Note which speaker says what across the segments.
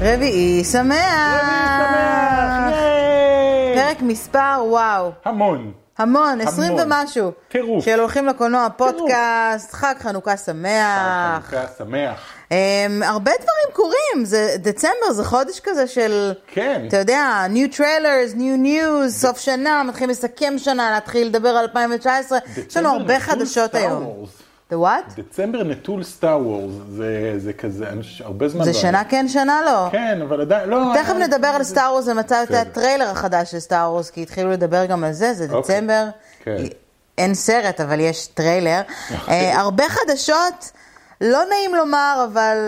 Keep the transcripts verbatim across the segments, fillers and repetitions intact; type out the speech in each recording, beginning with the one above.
Speaker 1: רביעי שמח!
Speaker 2: רביעי שמח! ייי!
Speaker 1: פרק מספר, וואו.
Speaker 2: המון.
Speaker 1: המון, עשרים ומשהו.
Speaker 2: טירוף.
Speaker 1: של הולכים לקולנוע פודקאסט, חג חנוכה שמח.
Speaker 2: חג חנוכה שמח.
Speaker 1: Um, הרבה דברים קורים, זה, דצמבר זה חודש כזה של,
Speaker 2: כן.
Speaker 1: אתה יודע, new trailers, new news, סוף שנה, מתחילים לסכם שנה, להתחיל לדבר על אלפיים תשע עשרה, יש לנו הרבה חדשות היום. The what?
Speaker 2: דצמבר נטול סטאר וורס, זה, זה כזה, הרבה זמן.
Speaker 1: זה שנה כן, שנה לא.
Speaker 2: כן, אבל עדיין, לא.
Speaker 1: תכף נדבר על סטאר וורס, זה מצא את הטריילר החדש של סטאר וורס, כי התחילו לדבר גם על זה, זה דצמבר. אין סרט, אבל יש טריילר. הרבה חדשות, לא נעים לומר, אבל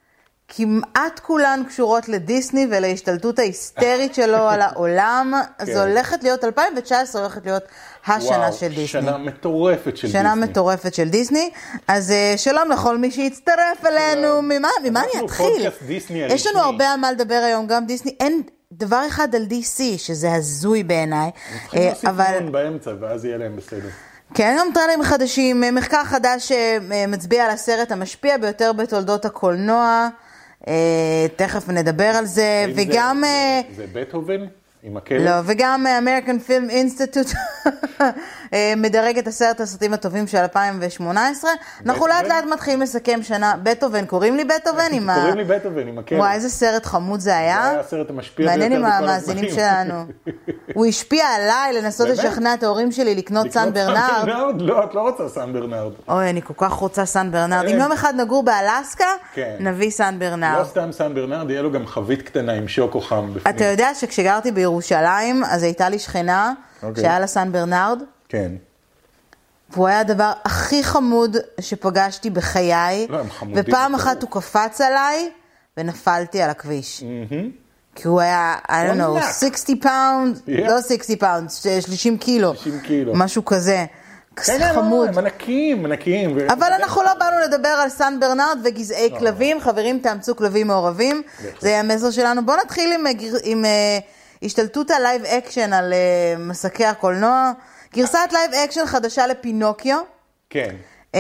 Speaker 1: כמעט כולן קשורות לדיסני ולהשתלטות ההיסטרית שלו על העולם. זו הולכת להיות, אלפיים תשע עשרה הולכת להיות השנה של דיסני.
Speaker 2: שנה מטורפת של דיסני.
Speaker 1: שנה מטורפת של דיסני. אז שלום לכל מי שיצטרף אלינו. ממה אני אתחיל? יש לנו הרבה על מה לדבר היום, גם דיסני. אין דבר אחד על די סי, שזה הזוי בעיניי.
Speaker 2: צריכים להוסיף נון באמצע, ואז יהיה להם בסדר.
Speaker 1: כן, גם טריילרים חדשים. מחקר חדש מצביע על הסרט המשפיע ביותר בתולדות הקולנוע. תכף נדבר על זה. וגם...
Speaker 2: זה בטהובן? עם הכלב?
Speaker 1: לא, וגם American Film Institute מדרג את עשרת הסרטים הטובים של אלפיים שמונה עשרה. אנחנו לאט לאט מתחילים לסכם שנה. בטהובן, קוראים לי בטהובן?
Speaker 2: קוראים לי בטהובן עם הכלב.
Speaker 1: וואי, איזה סרט חמוד זה היה.
Speaker 2: זה היה הסרט המשפיע ביותר
Speaker 1: מעניין עם
Speaker 2: בכל
Speaker 1: המאזינים
Speaker 2: הזמנים.
Speaker 1: שלנו. הוא השפיע עליי לנסות לשכנע את ההורים שלי לקנות סן ברנרד.
Speaker 2: לא, את לא רוצה סן ברנרד.
Speaker 1: אוי, אני כל כך רוצה סן ברנרד. אם יום אחד נגור באלסקה, נביא סן ברנרד.
Speaker 2: לא סתם סן ברנרד, יהיה לו גם חבית קטנה עם שוקו חם בפנים.
Speaker 1: אתה יודע שכשגרתי בירושלים, אז הייתה לי שכנה שהיה לה סן ברנרד.
Speaker 2: כן.
Speaker 1: והוא היה הדבר הכי חמוד שפגשתי בחיי.
Speaker 2: לא, הם חמודים.
Speaker 1: ופעם אחת הוא קפץ עליי, ונפלתי על הכביש. כי הוא היה, I don't know, שישים פאונד, לא שישים פאונד, שלושים קילו.
Speaker 2: שלושים קילו.
Speaker 1: משהו כזה.
Speaker 2: כן,
Speaker 1: חמוד.
Speaker 2: הם ענקים, ענקים.
Speaker 1: אבל אנחנו לא באנו לדבר על סן ברנרד וגזעי כלבים. חברים, תאמצו כלבים מעורבים. זה יהיה המסר שלנו. בואו נתחיל עם השתלטות הלייב אקשן על מסקי הקולנוע. גרסת לייב אקשן חדשה לפינוקיו.
Speaker 2: כן.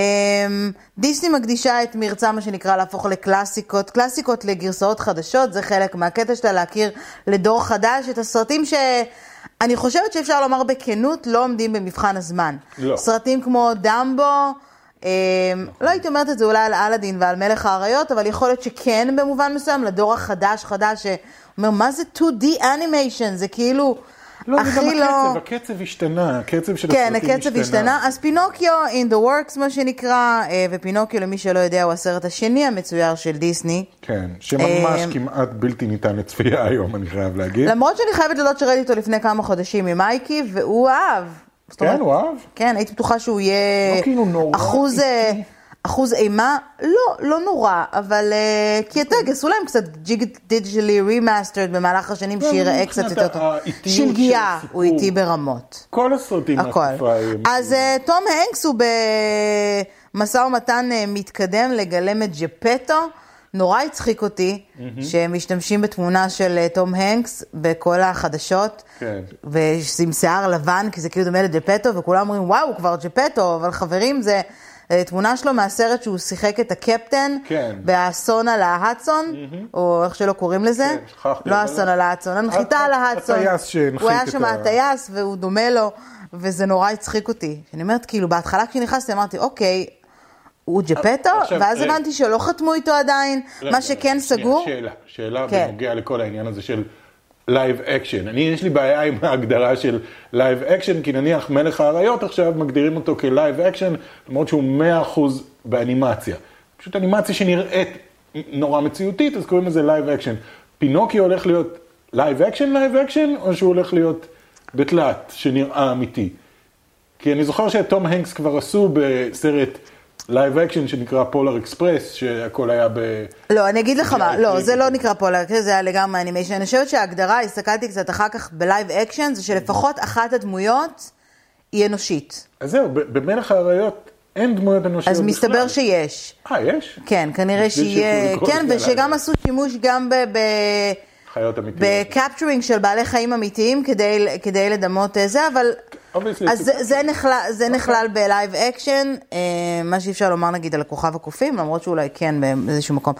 Speaker 1: דיסני מקדישה את מרצה מה שנקרא להפוך לקלאסיקות. קלאסיקות לגרסאות חדשות. זה חלק מהקטע שלה להכיר לדור חדש את הסרטים ש... אני חושבת שאפשר לומר בכנות, לא עומדים במבחן הזמן.
Speaker 2: לא.
Speaker 1: סרטים כמו דמבו, אה, לא הייתי אומרת את זה אולי על אלאדין ועל מלך האריות, אבל יכול להיות שכן במובן מסוים, לדור החדש חדש, שאומר, מה זה טו די animation? זה כאילו...
Speaker 2: לא, זה גם הקצב, הקצב השתנה, הקצב של
Speaker 1: כן,
Speaker 2: הסרטים
Speaker 1: הקצב השתנה. אז פינוקיו in the works, מה שנקרא, ופינוקיו, למי שלא יודע, הוא הסרט השני המצויר של דיסני.
Speaker 2: כן, שממש כמעט בלתי ניתן לצפייה היום, אני חייב להגיד.
Speaker 1: למרות שאני חייבת לדעת שראיתי אותו לפני כמה חודשים עם מייקי, והוא אהב.
Speaker 2: כן, הוא אהב?
Speaker 1: כן, הייתי בטוחה שהוא יהיה
Speaker 2: לא כאילו נורא.
Speaker 1: אחוז... אחוז אימה, לא, לא נורא, אבל uh, כי אתה גסו להם קצת דיגיטלי רימאסטרד במהלך השנים שיראה קצת יותר טוב. שלגיה, הוא איטי ברמות.
Speaker 2: כל הסרטים מהתקופה.
Speaker 1: אז uh, תום הנקס הוא במשא ומתן uh, מתקדם לגלם את ג'פטו. נורא הצחיק אותי שמשתמשים בתמונה של uh, תום הנקס בכל החדשות.
Speaker 2: כן.
Speaker 1: ועם שיער לבן, כי זה כאילו דומה לג'פטו, וכולם אומרים, וואו, כבר ג'פטו, אבל חברים, זה... תמונה שלו מהסרט שהוא שיחק את הקפטן באסון על ההדסון, או איך שלא קוראים לזה, לא אסון על ההדסון, הנחיתה על ההדסון, הוא היה שם הטייס והוא דומה לו, וזה נורא הצחיק אותי. אני אומרת, כאילו, בהתחלה כשנכנסתי אמרתי, אוקיי, הוא ג'פטו, ואז הבנתי שלא חתמו איתו עדיין, מה שכן סגור.
Speaker 2: שאלה, שאלה בנוגע לכל העניין הזה של לייב אקשן. אני, יש לי בעיה עם ההגדרה של לייב אקשן, כי נניח מלך האריות עכשיו מגדירים אותו כלייב אקשן, למרות שהוא מאה אחוז באנימציה. פשוט אנימציה שנראית נורא מציאותית, אז קוראים לזה לייב אקשן. פינוקיו הולך להיות לייב אקשן, לייב אקשן, או שהוא הולך להיות בתלת, שנראה אמיתי? כי אני זוכר שתום הנקס כבר עשו בסרט לייב אקשן שנקרא פולר אקספרס, שהכל היה ב...
Speaker 1: לא, אני אגיד לך מה, לא, זה לא נקרא פולר אקספרס, זה היה לגמרי אנימיישן. אני חושבת שההגדרה, הסתכלתי קצת אחר כך בלייב אקשן, זה שלפחות אחת הדמויות היא אנושית.
Speaker 2: אז זהו, במלך האריות אין דמויות אנושיות
Speaker 1: בכלל. אז מסתבר שיש.
Speaker 2: אה, יש?
Speaker 1: כן, כנראה שיהיה, כן, ושגם עשו שימוש גם ב...
Speaker 2: חיות אמיתיות.
Speaker 1: בקפצ'רינג של בעלי חיים אמיתיים כדי, כדי לדמות זה, אבל אז זה נכלל, זה נכלל בלייב אקשן, מה שאי אפשר לומר נגיד על הכוכב הקופים, למרות שאולי כן באיזשהו מקום.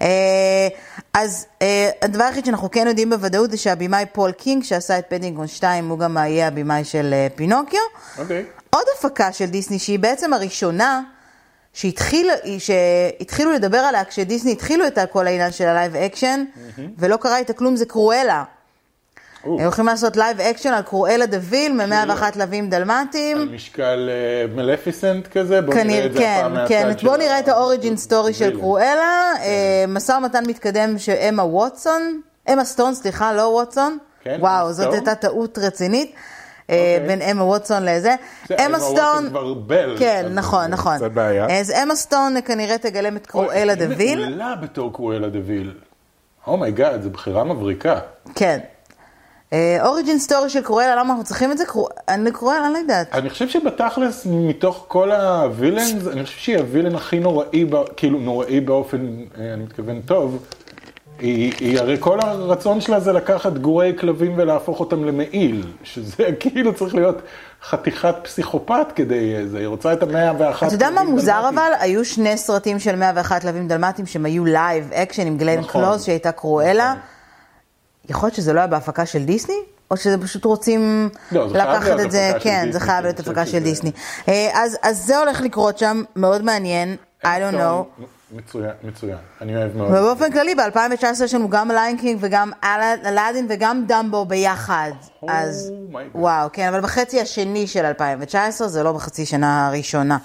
Speaker 1: אז הדבר היחיד שאנחנו כן יודעים בוודאות זה שהבימאי פול קינג, שעשה את פדינגטון שתיים, הוא גם יהיה הבימאי של פינוקיו.
Speaker 2: אוקיי.
Speaker 1: עוד הפקה של דיסני, שהיא בעצם הראשונה, שהתחיל, שהתחילו לדבר עליה כשדיסני התחילו את כל העניין של הלייב אקשן, ולא קרה איתה כלום, זה קרואלה. הם הולכים לעשות לייב אקשן על קרואלה דוויל, מ-מאה ואחת לווים דלמטיים.
Speaker 2: על משקל מלפיסנט כזה, בוא נראה את זה פעם מהצד
Speaker 1: כן, בוא נראה את האוריג'ין סטורי של קרואלה, משא ומתן מתקדם של אמה ווטסון, אמה סטון, סליחה, לא ווטסון. וואו, זאת הייתה טעות רצינית. בין אמה ווטסון לזה.
Speaker 2: אמה ווטסון כבר בל.
Speaker 1: כן, נכון, נכון. אז אמה סטון כנראה תגלם את קרואלה דוויל.
Speaker 2: היא מעולה בתור קרואלה דוויל. אומייגאד, זו בחירה מבריקה.
Speaker 1: כן. אוריג'ין סטורי של קרואלה, למה אנחנו צריכים את זה? אני קרואלה, אני לא יודעת.
Speaker 2: אני חושב שבתכלס, מתוך כל הווילנס, אני חושב שהיא הווילן הכי נוראי, כאילו נוראי באופן, אני מתכוון טוב, היא, היא הרי כל הרצון שלה זה לקחת גורי כלבים ולהפוך אותם למעיל, שזה כאילו צריך להיות חתיכת פסיכופת כדי זה, היא רוצה את המאה ואחת.
Speaker 1: אתה יודע מה מוזר אבל? היו שני סרטים של מאה ואחת לווים דלמטיים שהם היו לייב אקשן עם גלן נכון. קלוז שהייתה קרואלה. נכון. יכול להיות שזה לא היה בהפקה של דיסני? או שזה פשוט רוצים
Speaker 2: לא,
Speaker 1: לקחת את זה, כן, זה חייב להיות הפקה של דיסני. אז, אז זה הולך לקרות שם, מאוד מעניין, I don't know.
Speaker 2: מצוין, מצוין, אני אוהב מאוד.
Speaker 1: ובאופן כללי, ב-אלפיים תשע עשרה יש לנו גם ליין קינג וגם אלאדין וגם דמבו ביחד. אז וואו, כן, אבל בחצי השני של אלפיים תשע עשרה, זה לא בחצי שנה הראשונה.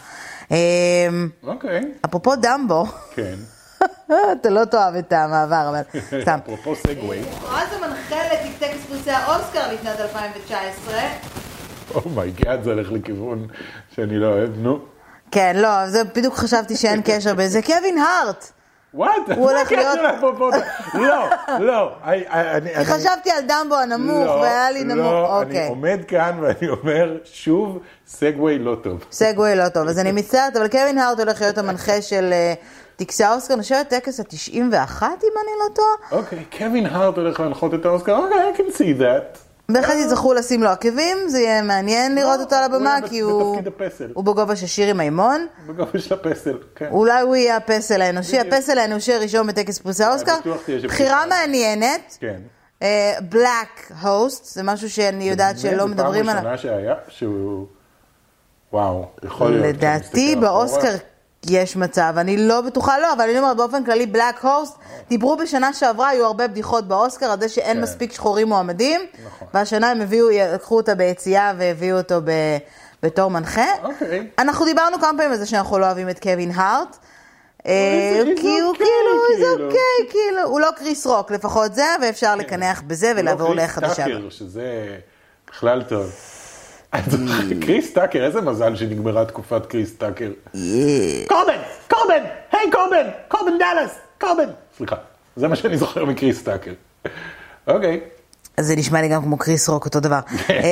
Speaker 2: אוקיי.
Speaker 1: אפרופו דמבו.
Speaker 2: כן.
Speaker 1: אתה לא תאהב את המעבר, אבל סתם.
Speaker 2: אפרופו סגווי.
Speaker 1: אז המנחה לטקס פרסי האוסקר לשנת אלפיים תשע עשרה.
Speaker 2: אומייגאד, זה הולך לכיוון שאני לא אוהב, נו.
Speaker 1: כן, לא, זה בדיוק חשבתי שאין קשר בזה. קווין הארט.
Speaker 2: וואט?
Speaker 1: הוא הולך להיות...
Speaker 2: לא, לא.
Speaker 1: חשבתי על דמבו הנמוך, והיה לי נמוך.
Speaker 2: לא, אני עומד כאן ואני אומר, שוב, סגווי לא טוב.
Speaker 1: סגווי לא טוב, אז אני מצטערת, אבל קווין הארט הולך להיות המנחה של טקסי האוסקר, אני חושבת טקס ה-תשעים ואחת, אם אני לא טועה.
Speaker 2: אוקיי, קווין הארט הולך להנחות את האוסקר, אוקיי, I can see that.
Speaker 1: באחד יצטרכו לשים לו עקבים, זה יהיה מעניין לראות אותו על הבמה, כי הוא בגובה של שירי מימון.
Speaker 2: בגובה של הפסל, כן.
Speaker 1: אולי הוא יהיה הפסל האנושי, הפסל האנושי הראשון בטקס פרסי האוסקר. בחירה מעניינת.
Speaker 2: כן.
Speaker 1: בלק הוסט, זה משהו שאני יודעת שלא מדברים עליו.
Speaker 2: זה פעם ראשונה שהיה, שהוא... וואו, יכול להיות.
Speaker 1: לדעתי באוסקר יש מצב, אני לא בטוחה לא, אבל אני אומרת באופן כללי בלק הוסט, דיברו בשנה שעברה, היו הרבה בדיחות באוסקר, על זה שאין מספיק שחורים מועמדים, והשנה הם הביאו, לקחו אותה ביציאה והביאו אותו בתור מנחה. אנחנו דיברנו כמה פעמים על זה שאנחנו לא אוהבים את קווין הארט, כי הוא כאילו, זה אוקיי, כאילו, הוא לא קריס רוק, לפחות זה, ואפשר לקנח בזה ולעבור לחדשה.
Speaker 2: הוא לא קריס טאקר, שזה בכלל טוב. קריס טאקר, איזה מזל שנגמרה תקופת קריס טאקר. קורבן, קורבן, היי קורבן, קורבן דאלאס, קורבן. סליחה, זה מה שאני זוכר מקריס טאקר. אוקיי.
Speaker 1: אז זה נשמע לי גם כמו קריס רוק, אותו דבר.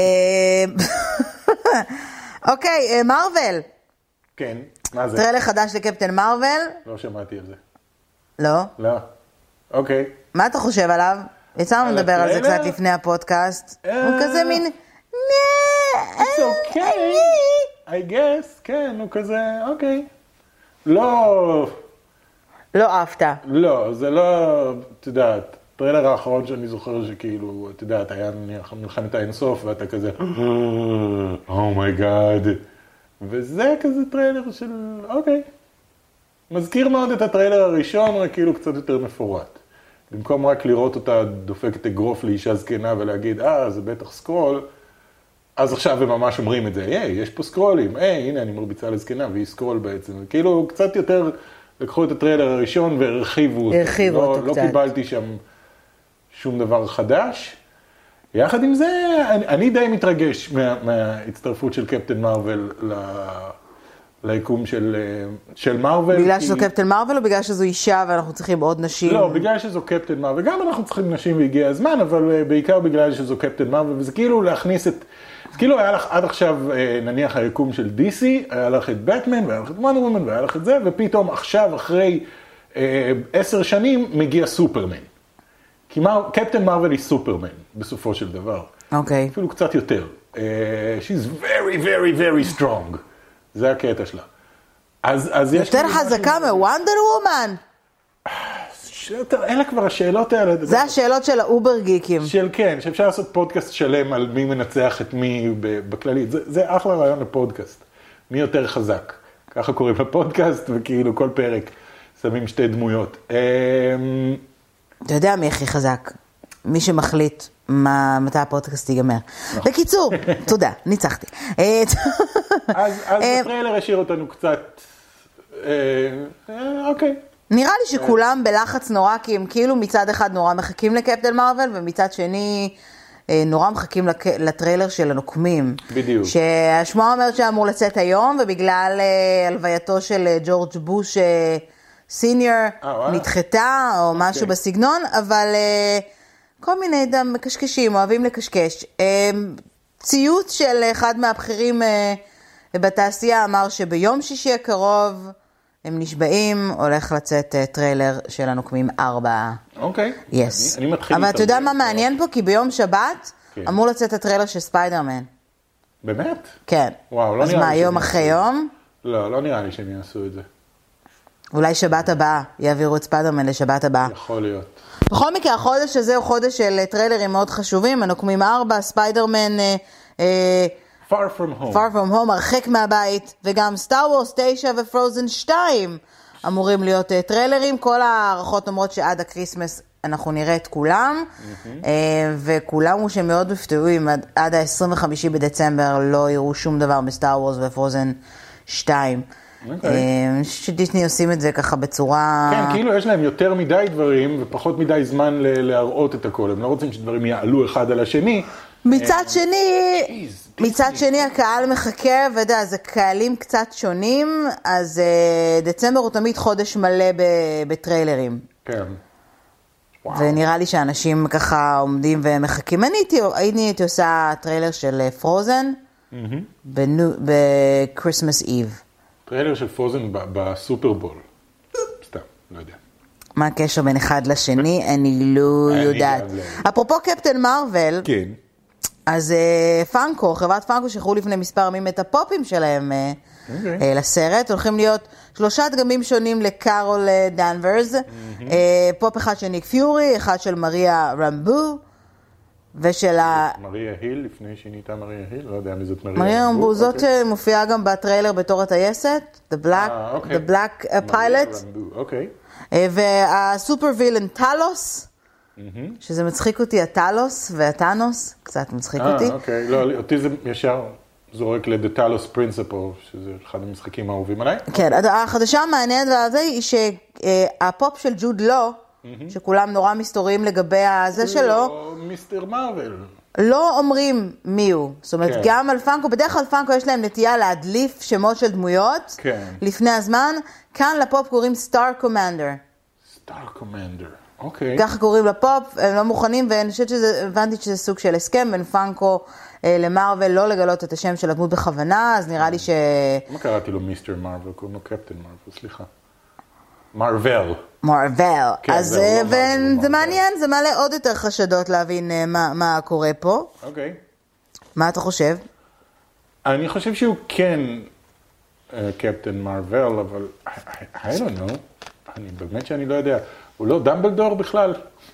Speaker 1: אוקיי, מרוול.
Speaker 2: כן, מה זה?
Speaker 1: טריילר חדש לקפטן מרוול.
Speaker 2: לא שמעתי על זה. לא?
Speaker 1: לא.
Speaker 2: אוקיי.
Speaker 1: מה אתה חושב עליו? יצאנו לדבר על זה קצת לפני הפודקאסט. הוא כזה מין...
Speaker 2: It's okay, I guess, כן, הוא כזה, אוקיי. לא...
Speaker 1: לא אהבת.
Speaker 2: לא, זה לא, את יודעת, טריילר האחרון שאני זוכר שכאילו, את יודעת, היה נניח מלחמת האינסוף, ואתה כזה, אומייגאד. וזה כזה טריילר של, אוקיי. מזכיר מאוד את הטריילר הראשון, רק כאילו קצת יותר מפורט. במקום רק לראות אותה דופקת אגרוף לאישה זקנה ולהגיד, אה, זה בטח סקרול, אז עכשיו הם ממש אומרים את זה, היי, יש פה סקרולים, היי, הנה אני מרביצה לזקנה, והיא סקרול בעצם. כאילו, קצת יותר לקחו את הטריילר הראשון והרחיבו אותו.
Speaker 1: הרחיבו
Speaker 2: לא,
Speaker 1: אותו
Speaker 2: לא
Speaker 1: קצת.
Speaker 2: לא קיבלתי שם שום דבר חדש. יחד עם זה, אני, אני די מתרגש מה, מההצטרפות של קפטן מרוול ל... ליקום של, של מרוול.
Speaker 1: בגלל שזו קפטן מרוול או בגלל שזו אישה ואנחנו צריכים עוד נשים?
Speaker 2: לא, בגלל שזו קפטן מרוול. גם אנחנו צריכים נשים והגיע הזמן, אבל בעיקר בגלל שזו קפטן מרוול. וזה כאילו להכניס את... אז כאילו היה לך עד עכשיו, נניח היקום של די סי, היה לך את בטמן, והיה לך את וונדר וומן, והיה לך את זה, ופתאום עכשיו, אחרי עשר שנים, מגיע סופרמן. כי מר, קפטן מרוול היא סופרמן, בסופו של דבר.
Speaker 1: אוקיי.
Speaker 2: אפילו קצת יותר. Uh, she's very, very, very strong. זה הקטע שלה. אז, אז יש...
Speaker 1: יותר חזקה מוונדר וומן?
Speaker 2: אלה כבר השאלות האלה.
Speaker 1: זה השאלות של האובר גיקים.
Speaker 2: של כן, שאפשר לעשות פודקאסט שלם על מי מנצח את מי בכללית. זה, זה אחלה רעיון לפודקאסט. מי יותר חזק. ככה קוראים לפודקאסט, וכאילו כל פרק שמים שתי דמויות.
Speaker 1: אתה יודע מי הכי חזק? מי שמחליט מה, מתי הפודקאסט ייגמר. בקיצור, תודה, ניצחתי.
Speaker 2: אז הטריילר השאיר אותנו קצת, אוקיי.
Speaker 1: נראה לי שכולם בלחץ נורא, כי הם כאילו מצד אחד נורא מחכים לקפטן מרוול, ומצד שני נורא מחכים לטריילר של הנוקמים.
Speaker 2: בדיוק.
Speaker 1: שהשמועה אומרת שאמור לצאת היום, ובגלל הלווייתו של ג'ורג' בוש סיניור נדחתה, או משהו בסגנון, אבל כל מיני דם מקשקשים, אוהבים לקשקש. ציוץ של אחד מהבכירים בתעשייה אמר שביום שישי הקרוב, הם נשבעים, הולך לצאת טריילר של הנוקמים ארבע.
Speaker 2: אוקיי.
Speaker 1: יס.
Speaker 2: אני מתחיל...
Speaker 1: אבל אתה יודע מה מעניין פה? כי ביום שבת אמור לצאת הטריילר של ספיידרמן.
Speaker 2: באמת?
Speaker 1: כן.
Speaker 2: וואו, לא נראה לי...
Speaker 1: אז מה, יום אחרי יום?
Speaker 2: לא, לא נראה לי שהם יעשו את זה.
Speaker 1: אולי שבת הבאה, יעבירו את ספיידרמן לשבת הבאה.
Speaker 2: יכול להיות.
Speaker 1: בכל מקרה, החודש הזה הוא חודש של טריילרים מאוד חשובים, הנוקמים ארבע, ספיידרמן...
Speaker 2: Far From Home.
Speaker 1: Far From Home, הרחק מהבית, וגם סטאר וורס תשע ופרוזן שתיים אמורים להיות uh, טריילרים. כל הערכות אומרות שעד הקריסמס אנחנו נראה את כולם, mm-hmm. uh, וכולם הוא שמאוד מפתיעו אם עד, עד ה-עשרים וחמישה בדצמבר לא יראו שום דבר מסטאר וורס ופרוזן שתיים. Okay. Uh, שדיסני עושים את זה ככה בצורה...
Speaker 2: כן, כאילו יש להם יותר מדי דברים ופחות מדי זמן ל- להראות את הכל. הם לא רוצים שדברים יעלו אחד על השני.
Speaker 1: מצד שני, מצד שני הקהל מחכה, ויודע, זה קהלים קצת שונים, אז דצמבר הוא תמיד חודש מלא בטריילרים.
Speaker 2: כן.
Speaker 1: ונראה לי שאנשים ככה עומדים ומחכים. אני הייתי עושה טריילר של פרוזן בקריסמס איב.
Speaker 2: טריילר של פרוזן בסופרבול. סתם, לא יודע.
Speaker 1: מה הקשר בין אחד לשני? אני לא יודעת. אפרופו קפטן מרוול,
Speaker 2: כן.
Speaker 1: אז פאנקו, חברת פאנקו שחררו לפני מספר ימים את הפופים שלהם okay. לסרט. הולכים להיות שלושה דגמים שונים לקארול דנברס. Mm-hmm. פופ אחד של ניק פיורי, אחד של מריה רמבו, ושל ה...
Speaker 2: מריה היל, לפני שהיא נהייתה מריה היל, לא יודע מי זאת מריה,
Speaker 1: מריה רמבו. זאת okay. מופיעה גם בטריילר בתור הטייסת, The Black, uh, okay. The Black uh, Pilot.
Speaker 2: אוקיי.
Speaker 1: Okay. והסופר וילן טלוס, שזה מצחיק אותי, הטלוס והטאנוס, קצת מצחיק אותי.
Speaker 2: אה, אוקיי. לא, אותי זה ישר זורק לדטלוס פרינסיפל, שזה אחד המשחקים האהובים עליי.
Speaker 1: כן, החדשה המעניינת והזה היא שהפופ של ג'וד לו, שכולם נורא מסתוריים לגבי הזה שלו,
Speaker 2: מיסטר מרוול.
Speaker 1: לא אומרים מי הוא. זאת אומרת, גם על פאנקו, בדרך כלל פאנקו יש להם נטייה להדליף שמות של דמויות, לפני הזמן. כאן לפופ קוראים סטאר קומנדר.
Speaker 2: סטאר קומנדר. אוקיי.
Speaker 1: ככה קוראים לפופ, הם לא מוכנים, ואני חושבת שזה, הבנתי שזה סוג של הסכם בין פאנקו אה, למרוול, לא לגלות את השם של הדמות בכוונה, אז נראה לי ש...
Speaker 2: מה קראתי לו מיסטר מרוול? קוראים לו קפטן מרוול, סליחה. מרוול.
Speaker 1: מרוול. כן, אז זה, לא וזה מעניין, זה מעלה עוד יותר חשדות להבין אה, מה, מה קורה פה.
Speaker 2: אוקיי.
Speaker 1: מה אתה חושב?
Speaker 2: אני חושב שהוא כן קפטן מרוול, אבל I, I don't know. אני באמת שאני לא יודע. הוא לא דמבלדור בכלל.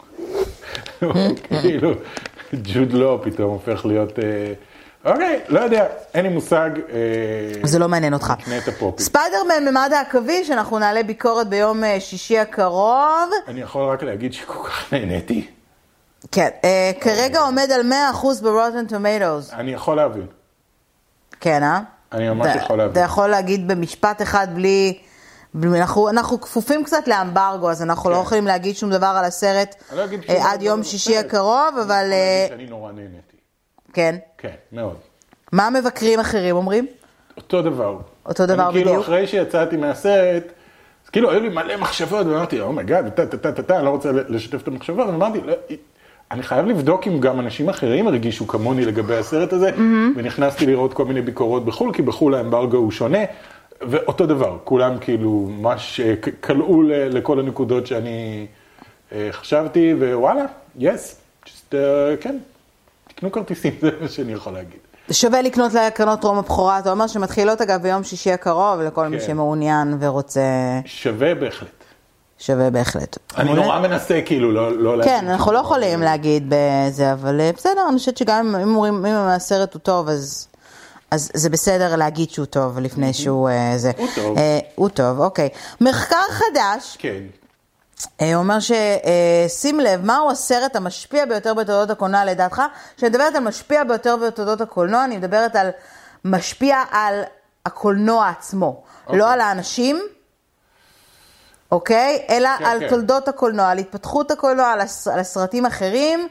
Speaker 2: כאילו, ג'וד לא פתאום הופך להיות... אוקיי, לא יודע, אין לי מושג.
Speaker 1: זה לא מעניין אותך. ספיידרמן ממד העכביש, שאנחנו נעלה ביקורת ביום שישי הקרוב.
Speaker 2: אני יכול רק להגיד שכל כך נהניתי.
Speaker 1: כן, כרגע עומד על מאה אחוז ב-Rotten Tomatoes.
Speaker 2: אני יכול להבין.
Speaker 1: כן, אה?
Speaker 2: אני ממש יכול להבין.
Speaker 1: אתה יכול להגיד במשפט אחד בלי... אנחנו, אנחנו כפופים קצת לאמברגו, אז אנחנו כן. לא יכולים להגיד שום דבר על הסרט עד יום שישי הקרוב, אבל... אני
Speaker 2: להגיד שאני נורא נהניתי.
Speaker 1: כן?
Speaker 2: כן, מאוד.
Speaker 1: מה מבקרים אחרים אומרים?
Speaker 2: אותו דבר.
Speaker 1: אותו דבר
Speaker 2: אני,
Speaker 1: בדיוק?
Speaker 2: כאילו אחרי שיצאתי מהסרט, אז כאילו היו לי מלא מחשבות, ואמרתי, אומייגאד, טה, טה, טה, טה, אני לא רוצה לשתף את המחשבות, ואמרתי, לא, אני חייב לבדוק אם גם אנשים אחרים הרגישו כמוני לגבי הסרט הזה, mm-hmm. ונכנסתי לראות כל מיני ביקורות בחול, כי בחול האמברגו הוא שונה, ואותו דבר, כולם כאילו ממש קלעו לכל הנקודות שאני חשבתי, ווואלה, yes, just, uh, כן, תקנו כרטיסים, זה מה שאני יכול להגיד.
Speaker 1: שווה לקנות לקרנות טרום הבכורה, אתה אומר שמתחילות אגב ביום שישי הקרוב, לכל כן. מי שמעוניין ורוצה...
Speaker 2: שווה בהחלט.
Speaker 1: שווה בהחלט.
Speaker 2: אני נורא מנסה כאילו לא, לא להגיד.
Speaker 1: כן, אנחנו לא יכולים להגיד בזה, אבל בסדר, אני חושבת שגם אם אומרים, אם הסרט הוא טוב, אז, אז זה בסדר להגיד שהוא טוב לפני שהוא זה.
Speaker 2: הוא טוב.
Speaker 1: הוא טוב, אוקיי. מחקר חדש.
Speaker 2: כן.
Speaker 1: הוא אומר ששים לב, מהו הסרט המשפיע ביותר בתולדות הקולנוע לדעתך? כשאני מדברת על משפיע ביותר בתולדות הקולנוע, אני מדברת על משפיע על הקולנוע עצמו, אוקיי. לא על האנשים, אוקיי? אלא כן, על כן. תולדות הקולנוע, על התפתחות הקולנוע, על, הס, על הסרטים אחרים.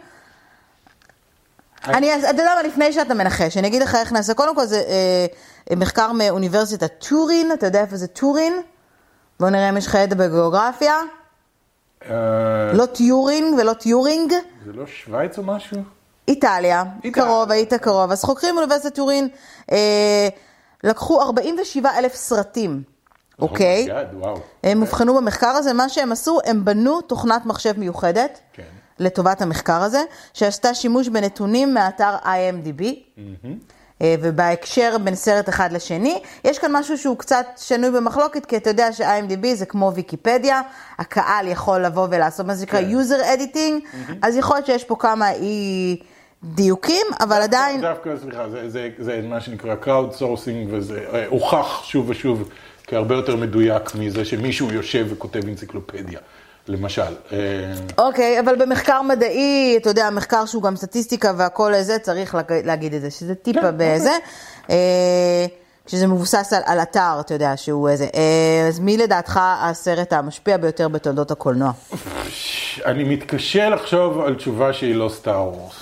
Speaker 1: אני, אתה יודע מה, לפני שאתה מנחש, אני אגיד לך איך נעשה, קודם כל זה אה, מחקר מאוניברסיטת טורין, אתה יודע איפה זה טורין? בואו נראה אם יש לך ידע בגיאוגרפיה. לא טיורינג ולא טיורינג.
Speaker 2: זה לא שוויץ או משהו?
Speaker 1: איטליה, קרוב, היית קרוב. אז חוקרים באוניברסיטת טורין אה, לקחו ארבעים ושבעה אלף סרטים, אוקיי? הם הובחנו במחקר הזה, מה שהם עשו, הם בנו תוכנת מחשב מיוחדת לטובת המחקר הזה, שעשתה שימוש בנתונים מאתר איי אם די בי, ובהקשר בין סרט אחד לשני. יש כאן משהו שהוא קצת שנוי במחלוקת, כי אתה יודע ש-איי אם די בי זה כמו ויקיפדיה, הקהל יכול לבוא ולעשות מה זה נקרא user editing, אז יכול להיות שיש פה כמה אי דיוקים, אבל עדיין...
Speaker 2: דווקא, סליחה, זה מה שנקרא crowd sourcing, וזה הוכח שוב ושוב כהרבה יותר מדויק מזה שמישהו יושב וכותב אנציקלופדיה. למשל.
Speaker 1: אוקיי, אבל במחקר מדעי, אתה יודע, מחקר שהוא גם סטטיסטיקה והכל הזה, צריך להגיד את זה, שזה טיפה בזה, שזה מבוסס על אתר, אתה יודע, שהוא איזה. אז מי לדעתך הסרט המשפיע ביותר בתולדות הקולנוע?
Speaker 2: אני מתקשה לחשוב על תשובה שהיא לא סטאר וורס.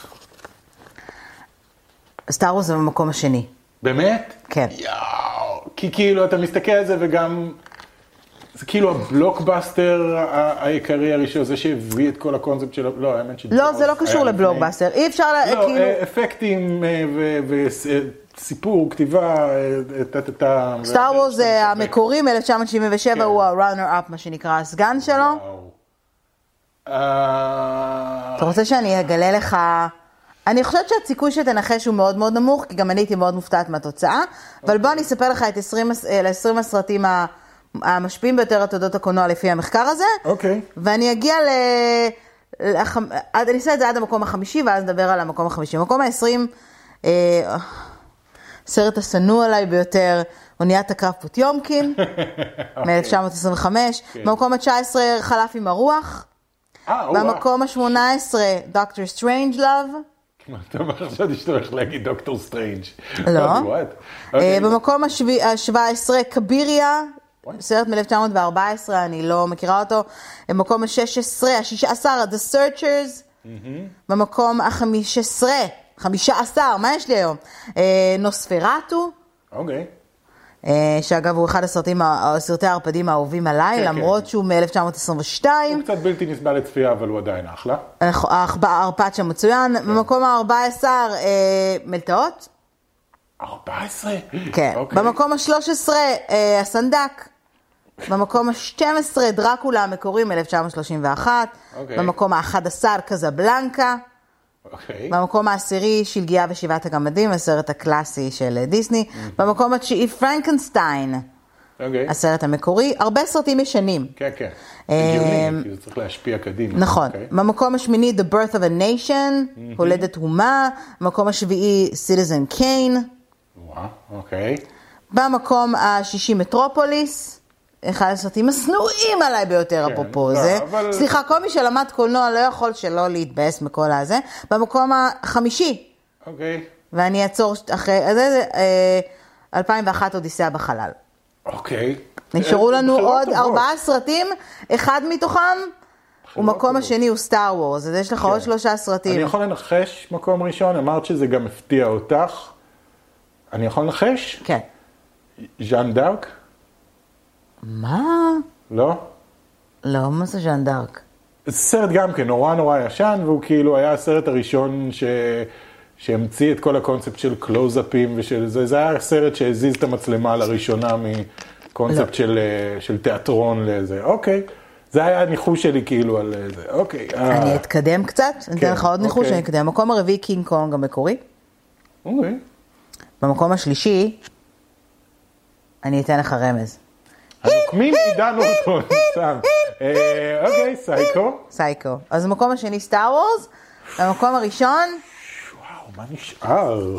Speaker 1: סטאר וורס זה במקום השני.
Speaker 2: באמת?
Speaker 1: כן.
Speaker 2: יאו, כי כאילו אתה מסתכל על זה וגם... זה כאילו הבלוקבאסטר העיקרי הראשון, זה שהביא את כל הקונספט של... לא, האמת ש...
Speaker 1: לא, זה לא קשור לבלוקבאסטר. אי אפשר לה...
Speaker 2: לא, אפקטים וסיפור, כתיבה, טטטה...
Speaker 1: סטאר וורס זה המקורי מ-אלף תשע מאות שבעים ושבע, הוא הראנר-אפ, מה שנקרא, הסגן שלו. אתה רוצה שאני אגלה לך... אני חושבת שהסיכוי שתנחש הוא מאוד מאוד נמוך, כי גם אני הייתי מאוד מופתעת מהתוצאה, אבל בוא אני אספר לך את עשרים הסרטים ה... המשפיעים ביותר התולדות הקולנוע לפי המחקר הזה.
Speaker 2: אוקיי.
Speaker 1: ואני אגיע ל... אני אעשה את זה עד המקום החמישי, ואז נדבר על המקום החמישי. המקום העשרים, סרט הסנוע עליי ביותר, אוניית הקרב פוטיומקין, מ-אלף תשע מאות עשרים וחמש. במקום ה-תשע עשרה, חלף עם הרוח. במקום ה-שמונה עשרה, דוקטור סטרנג' לאב.
Speaker 2: אתה אומר חשבתי שאתה הולך להגיד דוקטור סטרנג'.
Speaker 1: לא. במקום ה-שבע עשרה, קביריה, סרט מ-אלף תשע מאות וארבע עשרה, אני לא מכירה אותו. במקום ה-שש עשרה, ה-שש עשרה, The Searchers. במקום ה-חמש עשרה, חמש עשרה, מה יש לי היום? נוספרטו.
Speaker 2: אוקיי.
Speaker 1: שאגב הוא אחד הסרטים, סרטי הערפדים האהובים עליי, למרות שהוא מ-אלף תשע מאות עשרים ושתיים.
Speaker 2: הוא קצת בלתי נסבל לצפייה, אבל הוא עדיין אחלה.
Speaker 1: הערפד שם מצוין. במקום ה-ארבע עשרה, מלטעות.
Speaker 2: ארבע עשרה?
Speaker 1: כן. במקום ה-שלוש עשרה, הסנדק. במקום ה-שתים עשרה, דרקולה המקורי מ-אלף תשע מאות שלושים ואחת. במקום ה-אחד עשר, קזבלנקה. במקום העשירי, שלגיה ושבעת הגמדים, הסרט הקלאסי של דיסני. במקום התשיעי, פרנקנסטיין. הסרט המקורי. הרבה סרטים ישנים.
Speaker 2: כן, כן. הגיוני, כי זה צריך להשפיע קדימה.
Speaker 1: נכון. במקום השמיני, The Birth of a Nation, הולדת אומה. במקום השביעי, Citizen Kane.
Speaker 2: וואו, אוקיי.
Speaker 1: במקום השישי, מטרופוליס. אחד הסרטים הסנועים עליי ביותר, אפרופו זה. סליחה, כל מי שלמד קולנוע לא יכול שלא להתבאס מכל הזה. במקום החמישי.
Speaker 2: אוקיי.
Speaker 1: ואני אעצור אחרי, זה אלפיים ואחת אודיסאה בחלל.
Speaker 2: אוקיי.
Speaker 1: נשארו לנו עוד ארבעה סרטים, אחד מתוכם, ומקום השני הוא סטאר וורס, אז יש לך עוד שלושה סרטים.
Speaker 2: אני יכול לנחש מקום ראשון, אמרת שזה גם הפתיע אותך. אני יכול לנחש?
Speaker 1: כן.
Speaker 2: ז'אן דארק?
Speaker 1: מה?
Speaker 2: לא?
Speaker 1: לא, מה זה ז'אן דארק?
Speaker 2: זה סרט גם כן, נורא נורא ישן, והוא כאילו היה הסרט הראשון ש... שהמציא את כל הקונספט של קלוז-אפים ושל זה. זה היה סרט שהזיז את המצלמה לראשונה מקונספט לא. של, של תיאטרון לזה. אוקיי. זה היה הניחוש שלי כאילו על זה, אוקיי.
Speaker 1: אני אתקדם קצת, אני אתן לך עוד ניחוש, אני אתקדם. המקום הרביעי קינג קונג המקורי.
Speaker 2: אוקיי.
Speaker 1: במקום השלישי, אני אתן לך רמז.
Speaker 2: הנוקמים עידנו אותו, סתם. אוקיי, סייקו.
Speaker 1: סייקו. אז במקום השני סטאר וורס, במקום הראשון...
Speaker 2: וואו, מה נשאר?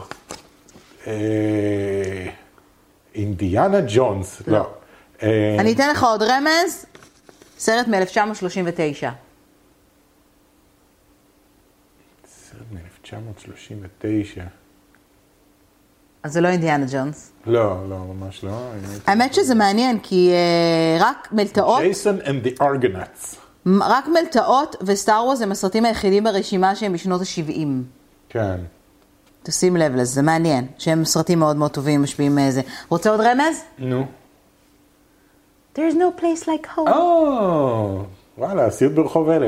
Speaker 2: אינדיאנה ג'ונס, לא.
Speaker 1: אני אתן לך עוד רמז, סרט מ-אלף תשע מאות שלושים ותשע.
Speaker 2: סרט מ-אלף תשע מאות שלושים ותשע.
Speaker 1: אז זה לא אינדיאנה ג'ונס.
Speaker 2: לא, לא, ממש לא.
Speaker 1: האמת שזה מעניין, כי רק מלטעות...
Speaker 2: ג'ייסון and the Argonauts.
Speaker 1: רק מלטעות וסטאר וורס הם הסרטים היחידים ברשימה שהם משנות ה-שבעים.
Speaker 2: כן.
Speaker 1: תשים לב לזה, זה מעניין, שהם סרטים מאוד מאוד טובים, משפיעים מאיזה. רוצה עוד רמז?
Speaker 2: נו.
Speaker 1: There's no place like home.
Speaker 2: או, וואלה, סיוט ברחוב אלם.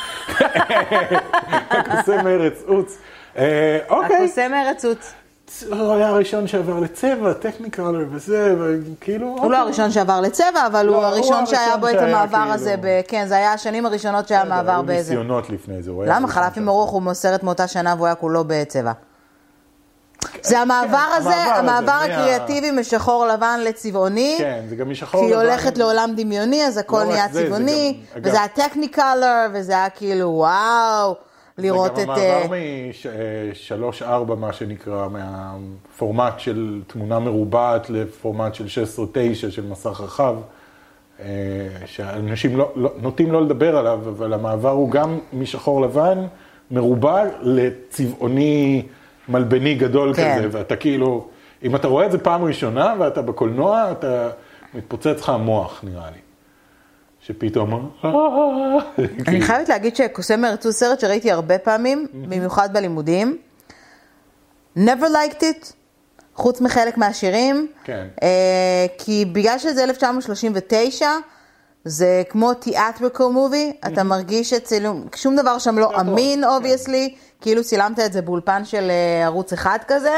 Speaker 2: הקוסם ארץ עוץ. אוקיי.
Speaker 1: הקוסם ארץ עוץ.
Speaker 2: הוא היה הראשון שעבר לצבע, טכניקלר וזה, וכאילו...
Speaker 1: הוא לא הראשון שעבר לצבע, אבל הוא הראשון שהיה בו את המעבר הזה, כן, זה היה השנים הראשונות שהיה מעבר באיזה...
Speaker 2: היו ניסיונות לפני זה.
Speaker 1: למה? חלף עם ארוך הוא סרט מאותה שנה והוא היה כולו בצבע. זה המעבר הזה, המעבר הקריאטיבי משחור לבן לצבעוני.
Speaker 2: כן, זה גם משחור לבן.
Speaker 1: כי היא הולכת לעולם דמיוני, אז הכל נהיה צבעוני, וזה היה טכניקלר, וזה היה כאילו וואו. לראות את...
Speaker 2: זה גם המעבר מ-שלוש ארבע, מה שנקרא, מהפורמט של תמונה מרובעת לפורמט של שש עשרה תשע של מסך רחב, שאנשים לא, לא, נוטים לא לדבר עליו, אבל המעבר הוא גם משחור לבן, מרובע לצבעוני מלבני גדול כן. כזה, ואתה כאילו, אם אתה רואה את זה פעם ראשונה ואתה בקולנוע, אתה מתפוצץ לך המוח, נראה לי. שפתאום...
Speaker 1: אני חייבת להגיד שקוסם מארץ עוץ סרט שראיתי הרבה פעמים, במיוחד בלימודים. Never liked it, חוץ מחלק מהשירים.
Speaker 2: כן.
Speaker 1: כי בגלל שזה אלף תשע מאות שלושים ותשע, זה כמו theatrical movie, אתה מרגיש שצילום, שום דבר שם לא אמין, obviously, כאילו צילמת את זה באולפן של ערוץ אחד כזה.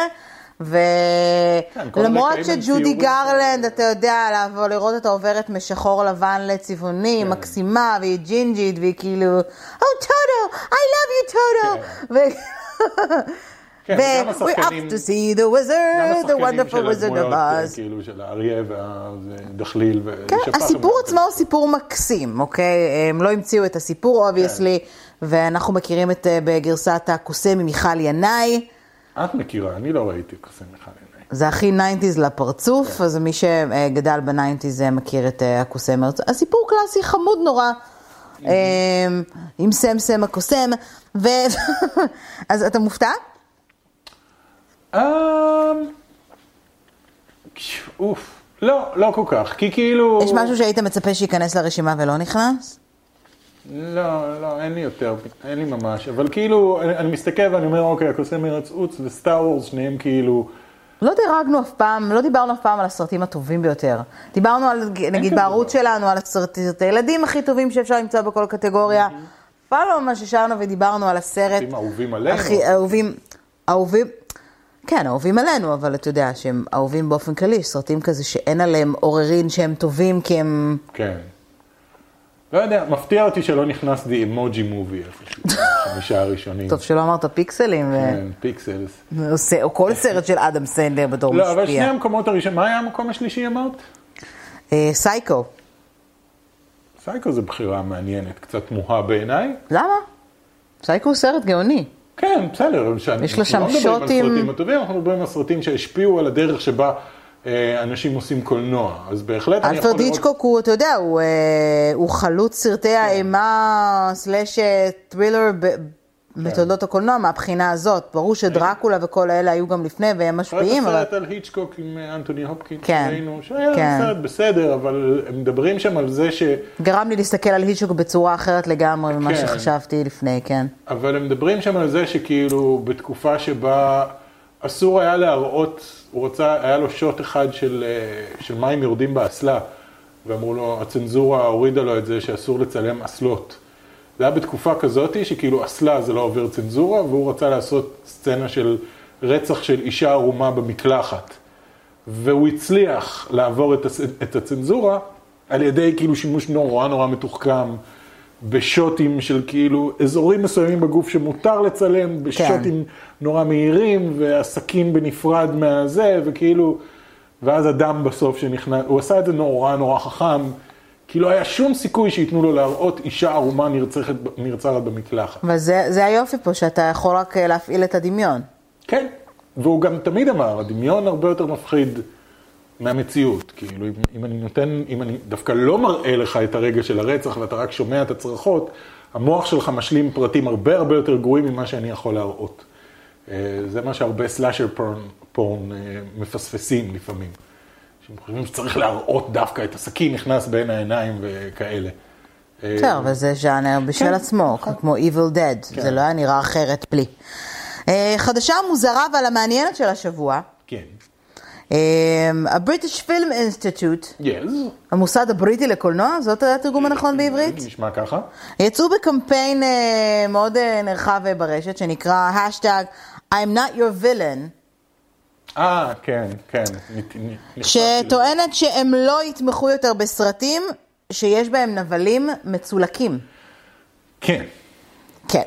Speaker 1: ולמרות שג'ודי גרלנד, אתה יודע, לבוא לראות אותה עוברת משחור לבן לצבעוני, מקסימה, והיא ג'ינג'ית, והיא כאילו, Oh, Toto, I love you, Toto. We have to see the wizard, the wonderful wizard of Oz.
Speaker 2: כאילו של האריה והדחליל.
Speaker 1: הסיפור עצמו הוא סיפור מקסים, אוקיי? הם לא המציאו את הסיפור, obviously, ואנחנו מכירים את בגרסת הקוסם ממיכל ינאי.
Speaker 2: את מכירה, אני לא ראיתי קוסם מיכל ינאי.
Speaker 1: זה הכי ניינטיז לפרצוף, אז מי שגדל בניינטיז מכיר את הקוסם. הסיפור קלאסי חמוד נורא, עם סם סם הקוסם. אז אתה מופתע?
Speaker 2: אוף, לא, לא כל כך, כי כאילו...
Speaker 1: יש משהו שהיית מצפה שיכנס לרשימה ולא נכנס?
Speaker 2: לא, לא, אין לי יותר, אין לי ממש, אבל כאילו, אני, אני מסתכל ואני אומר, אוקיי, הקוסם מארץ עוץ וסטאר וורס, שניהם כאילו...
Speaker 1: לא דירגנו אף פעם, לא דיברנו אף פעם על הסרטים הטובים ביותר. דיברנו על, נגיד, בערוץ שלנו, על הסרטי הילדים הכי טובים שאפשר למצוא בכל קטגוריה. פעם לא ממש ישרנו ודיברנו על הסרט...
Speaker 2: סרטים אהובים עלינו.
Speaker 1: הכי, אהובים, אהובים... כן, אהובים עלינו, אבל אתה יודע שהם אהובים באופן כללי, סרטים כזה שאין עליהם עוררין שהם טובים כי הם...
Speaker 2: כן. לא יודע, מפתיע אותי שלא נכנס די אמוג'י מובי, חמישה הראשונים.
Speaker 1: טוב, שלא אמרת פיקסלים.
Speaker 2: כן, פיקסלס.
Speaker 1: או כל סרט של אדם סנדלר בתור משפיע.
Speaker 2: לא, אבל שני המקומות הראשונים, מה היה המקום השלישי אמרת?
Speaker 1: סייקו.
Speaker 2: סייקו זה בחירה מעניינת, קצת מוהה בעיניי.
Speaker 1: למה? סייקו הוא סרט גאוני.
Speaker 2: כן, בסדר.
Speaker 1: יש לו שם שוטים.
Speaker 2: אנחנו מדברים על סרטים שהשפיעו על הדרך שבה אנשים עושים קולנוע, אז בהחלט אני יכול
Speaker 1: לראות... אלפרד היצ'קוק הוא, אתה יודע, הוא, הוא חלוץ סרטי האימה סלש טרילר בתולדות הקולנוע מהבחינה הזאת. ברור שדרקולה וכל האלה היו גם לפני והם משפיעים.
Speaker 2: אבל... סרט על היצ'קוק עם אנטוני הופקינס שראינו, שהיה סרט בסדר, אבל הם מדברים שם על זה ש...
Speaker 1: גרם לי להסתכל על היצ'קוק בצורה אחרת לגמרי ממה שחשבתי לפני, כן.
Speaker 2: אבל הם מדברים שם על זה שכאילו בתקופה שבה אסור היה להראות, הוא רוצה, היה לו שוט אחד של, של מים יורדים באסלה, ואמרו לו, הצנזורה הורידה לו את זה שאסור לצלם אסלות. זה היה בתקופה כזאת שכאילו אסלה זה לא עובר צנזורה, והוא רצה לעשות סצנה של רצח של אישה ערומה במקלחת. והוא הצליח לעבור את, את הצנזורה, על ידי כאילו שימוש נורא נורא מתוחכם, בשוטים של כאילו אזורים מסוימים בגוף שמותר לצלם, בשוטים כן. נורא מהירים, והסכין בנפרד מהזה, וכאילו, ואז אדם בסוף שנכנס, הוא עשה את זה נורא נורא חכם, כי לא היה שום סיכוי שיתנו לו להראות אישה ערומה נרצחת, נרצחת במקלחת.
Speaker 1: וזה זה היופי פה, שאתה יכול רק להפעיל את הדמיון.
Speaker 2: כן, והוא גם תמיד אמר, הדמיון הרבה יותר מפחיד מהמציאות. כאילו, אם, אם אני נותן, אם אני דווקא לא מראה לך את הרגע של הרצח, ואתה רק שומע את הצרחות, המוח שלך משלים פרטים הרבה הרבה יותר גרועים ממה שאני יכול להראות. זה מה שהרבה סלאשר פורן, פורן מפספסים לפעמים. שהם חושבים שצריך להראות דווקא את הסכין נכנס בין העיניים וכאלה.
Speaker 1: טוב, וזה ז'אנר בשל עצמו, כמו Evil Dead. זה לא היה נראה אחרת פלי. חדשה מוזרה אבל המעניינת של השבוע.
Speaker 2: כן.
Speaker 1: ה-British Film Institute,
Speaker 2: yes.
Speaker 1: המוסד הבריטי לקולנוע, זאת התרגום הנכון בעברית?
Speaker 2: נשמע ככה.
Speaker 1: יצאו בקמפיין מאוד נרחב ברשת, שנקרא השטג I'm not your villain.
Speaker 2: אה, כן, כן.
Speaker 1: שטוענת שהם לא יתמכו יותר בסרטים שיש בהם נבלים מצולקים.
Speaker 2: כן.
Speaker 1: כן.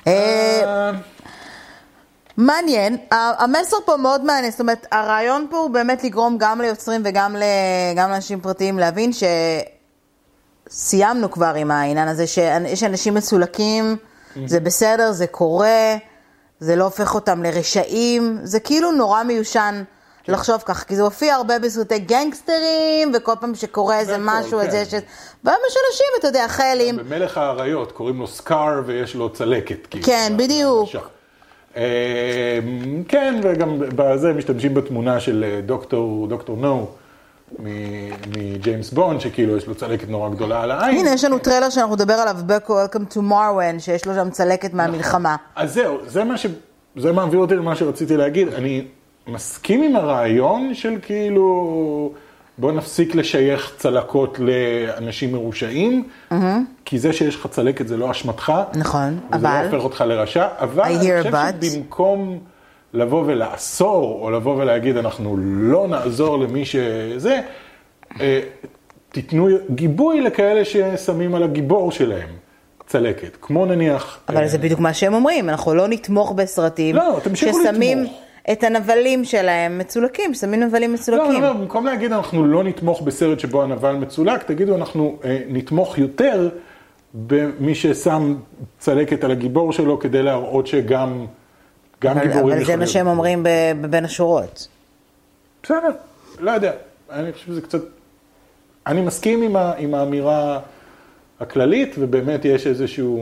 Speaker 1: מעניין, המסר פה מאוד מעניין, זאת אומרת, הרעיון פה הוא באמת לגרום גם ליוצרים וגם לאנשים פרטיים להבין שסיימנו כבר עם העניין הזה, שיש אנשים מצולקים, זה בסדר, זה קורה, זה לא הופך אותם לרשעים, זה כאילו נורא מיושן לחשוב כך, כי זה הופיע הרבה בסרטי גנגסטרים, וכל פעם שקורה איזה משהו, את זה יש... והיום יש אנשים, אתה יודע, חיילים.
Speaker 2: במלך האריות, קוראים לו סקאר ויש לו צלקת.
Speaker 1: כן, בדיוק.
Speaker 2: כן, וגם בזה משתמשים בתמונה של דוקטור, דוקטור נו, מג'יימס בונד, שכאילו יש לו צלקת נורא גדולה על העין.
Speaker 1: הנה, יש לנו טריילר שאנחנו נדבר עליו, Welcome to Marwen, שיש לו שם צלקת מהמלחמה.
Speaker 2: אז זהו, זה מה ש... זה מעביר אותי למה שרציתי להגיד. אני מסכים עם הרעיון של כאילו, בוא נפסיק לשייך צלקות לאנשים מרושעים, כי זה שיש לך צלקת זה לא אשמתך.
Speaker 1: נכון, אבל...
Speaker 2: וזה לא הופך אותך לרשע, אבל אני חושב שבמקום לבוא ולאסור, או לבוא ולהגיד אנחנו לא נעזור למי שזה, תיתנו גיבוי לכאלה ששמים על הגיבור שלהם צלקת, כמו נניח...
Speaker 1: אבל זה בדיוק מה שהם אומרים, אנחנו לא נתמוך בסרטים ששמים את הנבלים שלהם מצולקים, ששמים נבלים מצולקים.
Speaker 2: לא, לא, במקום להגיד אנחנו לא נתמוך בסרט שבו הנבל מצולק, תגידו אנחנו נתמוך יותר במי ששם צלקת על הגיבור שלו כדי להראות שגם גם גיבורים...
Speaker 1: אבל זה מה שהם אומרים בין השורות.
Speaker 2: בסדר, לא יודע, אני חושב שזה קצת... אני מסכים עם, ה, עם האמירה הכללית, ובאמת יש איזשהו,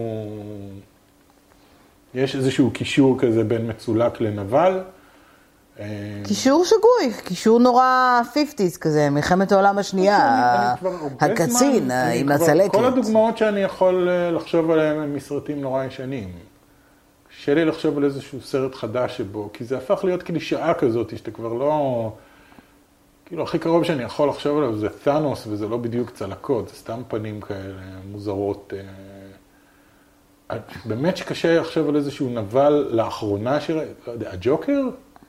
Speaker 2: יש איזשהו קישור כזה בין מצולק לנבל.
Speaker 1: קישור שגוי, קישור נורא חמישים כזה, מלחמת העולם השנייה, הקצין עם הצלקת.
Speaker 2: כל הדוגמאות שאני יכול לחשוב עליהן הם מסרטים נורא ישנים. קשה לי לחשוב על איזשהו סרט חדש שבו, כי זה הפך להיות קלישאה כזאת, שאתה כבר לא... כאילו, הכי קרוב שאני יכול לחשוב עליו זה ת'אנוס, וזה לא בדיוק צלקות, זה סתם פנים כאלה מוזרות. באמת שקשה לחשוב על איזשהו נבל לאחרונה שראה, לא יודע, הג'וקר?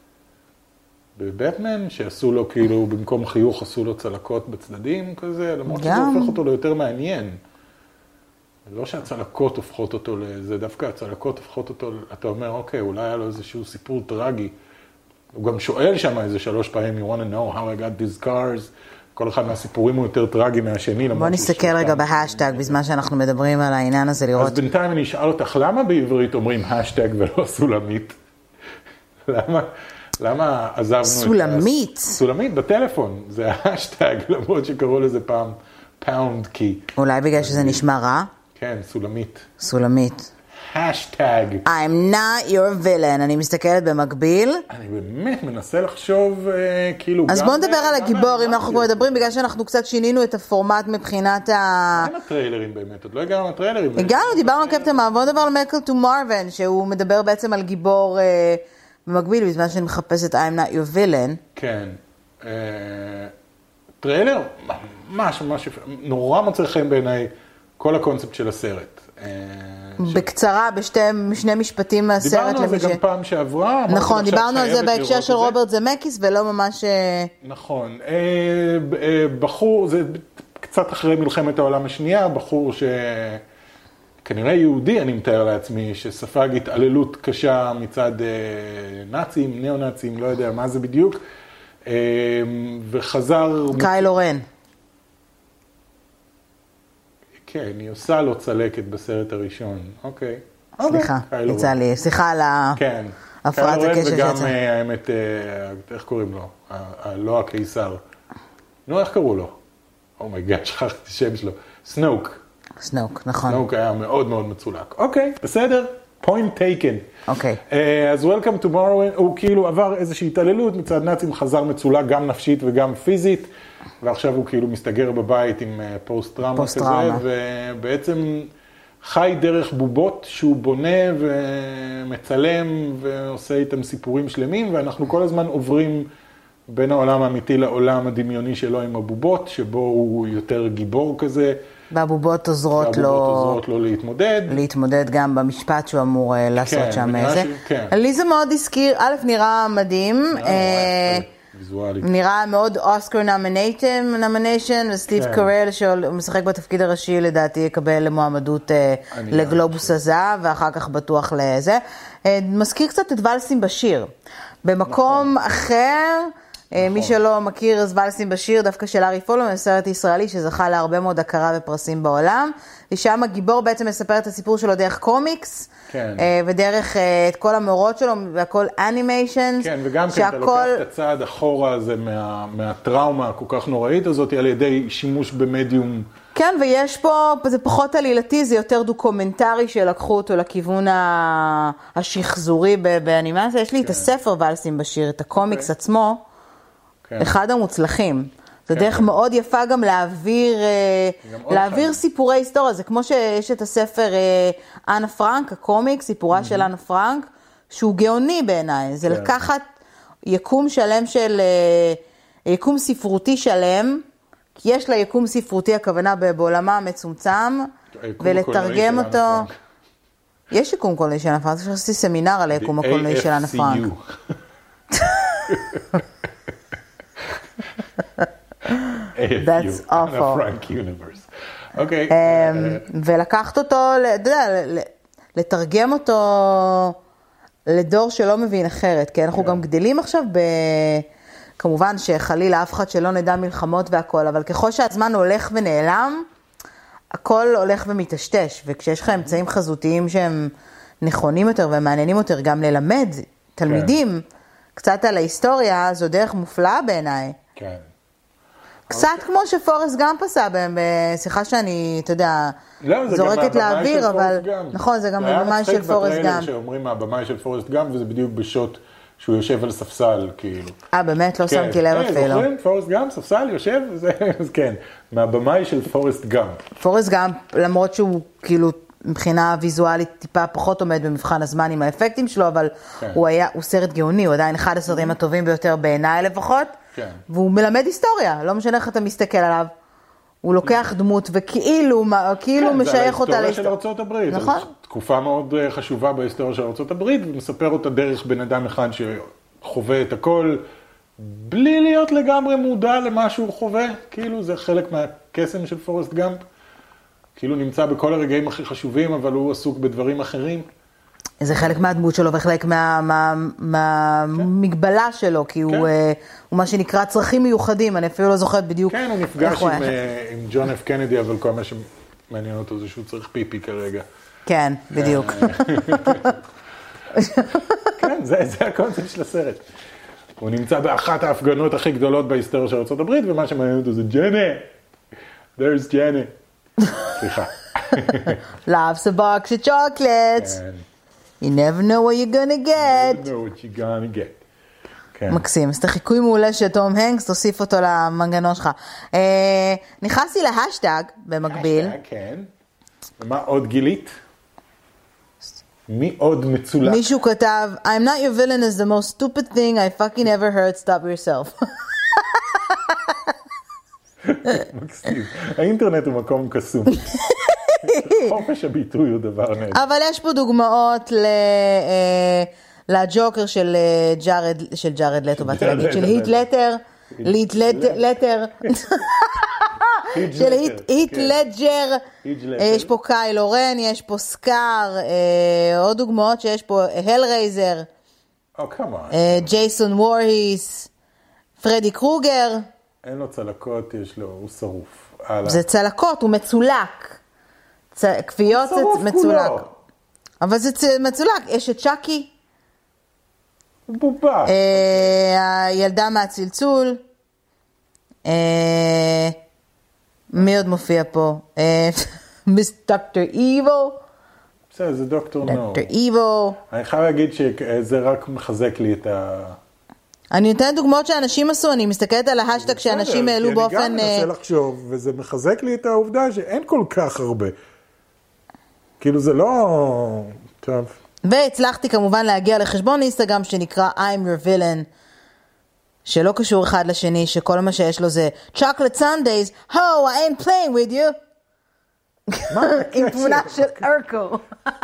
Speaker 2: בבטמן, שעשו לו כאילו, במקום חיוך עשו לו צלקות בצדדים כזה, למרות שזה הופך אותו ליותר מעניין. לא שהצלקות הופכות אותו לזה, דווקא הצלקות הופכות אותו, אתה אומר, אוקיי, אולי היה לו איזשהו סיפור טרגי. הוא גם שואל שם איזה שלוש פעמים, you want to know how I got these cars, כל אחד מהסיפורים הוא יותר טרגי מהשני.
Speaker 1: בוא נסתכל רגע בהשטג, בזמן שאנחנו מדברים על העניין הזה לראות.
Speaker 2: אז בינתיים אני אשאל אותך, למה בעברית אומרים השטג ולא סולמית? למה, למה עזבנו את...
Speaker 1: סולמית?
Speaker 2: סולמית, בטלפון, זה השטג, למרות שקראו לזה פעם פאונד קי.
Speaker 1: אולי בגלל שזה נשמע רע?
Speaker 2: כן, סולמית.
Speaker 1: סולמית.
Speaker 2: השטג.
Speaker 1: I'm not your villain. אני מסתכלת במקביל.
Speaker 2: אני באמת מנסה לחשוב כאילו...
Speaker 1: אז בואו נדבר על הגיבור, אם אנחנו כבר מדברים, בגלל שאנחנו קצת שינינו את הפורמט מבחינת ה...
Speaker 2: אין הטריילרים באמת, עוד לא הגענו לטריילרים.
Speaker 1: הגענו, דיברנו על קפטן מרוויל, בואו נדבר על מלקום טו מרוויל, שהוא מדבר בעצם על גיבור במקביל, בזמן שאני מחפשת I'm not your villain.
Speaker 2: כן. טריילר, ממש ממש, נורא מוצא חן בעיניי כל הקונספט של הסרט.
Speaker 1: בקצרה, בשני משפטים מהסרט.
Speaker 2: דיברנו על זה גם פעם שעברה.
Speaker 1: נכון, דיברנו על זה בהקשר של רוברט זמקיס, ולא ממש...
Speaker 2: נכון. בחור, זה קצת אחרי מלחמת העולם השנייה, בחור שכנראה יהודי, אני מתאר לעצמי, שספג התעללות קשה מצד נאצים, ניאו-נאצים, לא יודע מה זה בדיוק, וחזר...
Speaker 1: קיילו רן.
Speaker 2: כן, היא עושה לו צלקת בסרט הראשון, אוקיי.
Speaker 1: סליחה, יצא לי, סליחה על ההפרעת הקשר שיצא.
Speaker 2: וגם האמת, איך קוראים לו? לא הקיסר. נו, איך קראו לו? אומייגאד, שכחתי את השם שלו. סנוק.
Speaker 1: סנוק, נכון.
Speaker 2: סנוק היה מאוד מאוד מצולק. אוקיי, בסדר? point taken.
Speaker 1: אוקיי.
Speaker 2: אז Welcome to Morrowind, הוא כאילו עבר איזושהי התעללות, מצד נאצים חזר מצולק גם נפשית וגם פיזית, ועכשיו הוא כאילו מסתגר בבית עם פוסט טראומה כזה, ובעצם חי דרך בובות שהוא בונה ומצלם ועושה איתם סיפורים שלמים, ואנחנו כל הזמן עוברים בין העולם האמיתי לעולם הדמיוני שלו עם הבובות, שבו הוא יותר גיבור כזה.
Speaker 1: והבובות עוזרות לו...
Speaker 2: והבובות עוזרות לו להתמודד.
Speaker 1: להתמודד גם במשפט שהוא אמור לעשות שם איזה. לי זה מאוד הזכיר, א', נראה מדהים.
Speaker 2: ויזואלית.
Speaker 1: נראה מאוד אוסקר נומיניישן, וסטיב קורל, שהוא משחק בתפקיד הראשי, לדעתי יקבל מועמדות לגלובוס הזהב, ואחר כך בטוח לזה. מזכיר קצת את ולסים בשיר. במקום אחר... מי שלא מכיר, אז ולסים בשיר, דווקא של ארי פולמן, סרט ישראלי שזכה להרבה מאוד הכרה ופרסים בעולם. ושם הגיבור בעצם מספר את הסיפור שלו דרך קומיקס, כן. ודרך את כל המאורות שלו, והכל אנימיישנס.
Speaker 2: כן, וגם שהכל... כן, אתה לוקח את הצעד אחורה הזה מה, מהטראומה הכל כך נוראית הזאת, על ידי שימוש במדיום.
Speaker 1: כן, ויש פה, זה פחות עלילתי, זה יותר דוקומנטרי שלקחו אותו לכיוון השחזורי באנימציה. יש לי כן. את הספר ולסים בשיר, את הקומיקס okay. עצמו. כן. אחד המוצלחים. זה כן. דרך מאוד יפה גם להעביר, להעביר סיפורי היסטוריה. זה כמו שיש את הספר אנה פרנק, הקומיק, סיפורה mm-hmm. של אנה פרנק, שהוא גאוני בעיניי. זה כן. לקחת יקום שלם של, יקום ספרותי שלם, כי יש לה יקום ספרותי, הכוונה בעולמה המצומצם, ולתרגם אותו. יש יקום קולנועי של אנה פרנק, שעשיתי סמינר על היקום הקולנועי של אנה פרנק. That's awful.
Speaker 2: Frank universe. אוקיי.
Speaker 1: ולקחת אותו, אתה יודע, לתרגם אותו לדור שלא מבין אחרת, כי אנחנו גם גדלים עכשיו ב... כמובן שחלילה אף אחד שלא נדע מלחמות והכל, אבל ככל שהזמן הולך ונעלם, הכל הולך ומתשתש, וכשיש לך אמצעים חזותיים שהם נכונים יותר ומעניינים יותר, גם ללמד תלמידים קצת על ההיסטוריה, זו דרך מופלאה בעיניי.
Speaker 2: כן.
Speaker 1: קצת כמו שפורסט גאמפ עשה, בשיחה שאני, אתה יודע, זורקת לאוויר, אבל נכון, זה גם בבמאי של פורסט גאמפ.
Speaker 2: זה היה שאומרים מהבמאי של פורסט גאמפ, וזה בדיוק בשוט שהוא יושב על ספסל, כאילו.
Speaker 1: אה, באמת? לא שמתי לב אפילו.
Speaker 2: כן, זוכרים? פורסט גאמפ, ספסל, יושב, אז כן, מהבמאי של פורסט גאמפ.
Speaker 1: פורסט גאמפ, למרות שהוא כאילו מבחינה ויזואלית טיפה פחות עומד במבחן הזמן עם האפקטים שלו, אבל הוא היה, הוא סרט גאוני, הוא עדיין אחד הסרטים הטובים ביותר בעיניי לפחות. כן. והוא מלמד היסטוריה, לא משנה איך אתה מסתכל עליו. הוא לוקח דמות וכאילו כאילו
Speaker 2: כן,
Speaker 1: משייך אותה
Speaker 2: להיסטוריה של ארצות הברית.
Speaker 1: נכון.
Speaker 2: זו תקופה מאוד חשובה בהיסטוריה של ארצות הברית, ומספר אותה דרך בן אדם אחד שחווה את הכל, בלי להיות לגמרי מודע למה שהוא חווה. כאילו זה חלק מהקסם של פורסט גאמפ. כאילו נמצא בכל הרגעים הכי חשובים, אבל הוא עסוק בדברים אחרים.
Speaker 1: זה חלק מהדמות שלו וחלק מהמגבלה שלו, כי הוא מה שנקרא צרכים מיוחדים, אני אפילו לא זוכרת בדיוק.
Speaker 2: כן, הוא נפגש עם ג'ון אף קנדי, אבל כל מה שמעניין אותו זה שהוא צריך פיפי כרגע.
Speaker 1: כן, בדיוק.
Speaker 2: כן, זה הקונספט של הסרט. הוא נמצא באחת ההפגנות הכי גדולות בהיסטוריה של ארצות הברית, ומה שמעניין אותו זה ג'ני. There's Jenny. סליחה.
Speaker 1: Loves a box of chocolates. You never know what you're gonna get.
Speaker 2: You never know what you're gonna get. כן.
Speaker 1: מקסים. אז את החיקוי מעולה של תום הנקס, תוסיף אותו למנגנון שלך. נכנסתי להשטג במקביל.
Speaker 2: השטג, כן. ומה עוד גילית? מי עוד מצולק?
Speaker 1: מישהו כתב, I'm not your villain is the most stupid thing I fucking ever heard, stop yourself.
Speaker 2: מקסים. האינטרנט הוא מקום קסום. חופש הביטוי הוא דבר נהדר.
Speaker 1: אבל יש פה דוגמאות לג'וקר של ג'ארד, של ג'ארד לטו, באתי להגיד, של היט לטר, ליט לטר, של היט לג'ר, יש פה קיילו רן, יש פה סקאר, עוד דוגמאות שיש פה, הלרייזר, ג'ייסון וורהיס, פרדי קרוגר.
Speaker 2: אין לו צלקות, יש לו, הוא שרוף.
Speaker 1: זה צלקות, הוא מצולק. כפיות זה מצולק. אבל זה מצולק, יש את צ'אקי.
Speaker 2: הוא בובה.
Speaker 1: הילדה מהצלצול. מי עוד מופיע פה? מיס דוקטור איבו.
Speaker 2: בסדר, זה דוקטור נו.
Speaker 1: דוקטור איבו.
Speaker 2: אני חייב להגיד שזה רק מחזק לי את ה...
Speaker 1: אני נותן דוגמאות שאנשים עשו, אני מסתכלת על ההשטג שאנשים העלו באופן...
Speaker 2: אני גם מנסה לחשוב, וזה מחזק לי את העובדה שאין כל כך הרבה. כאילו זה לא... טוב.
Speaker 1: והצלחתי כמובן להגיע לחשבון אינסטגרם שנקרא I'm your villain, שלא קשור אחד לשני, שכל מה שיש לו זה Chocolate Sundays, oh, I ain't playing with you. עם תמונה של ארקו.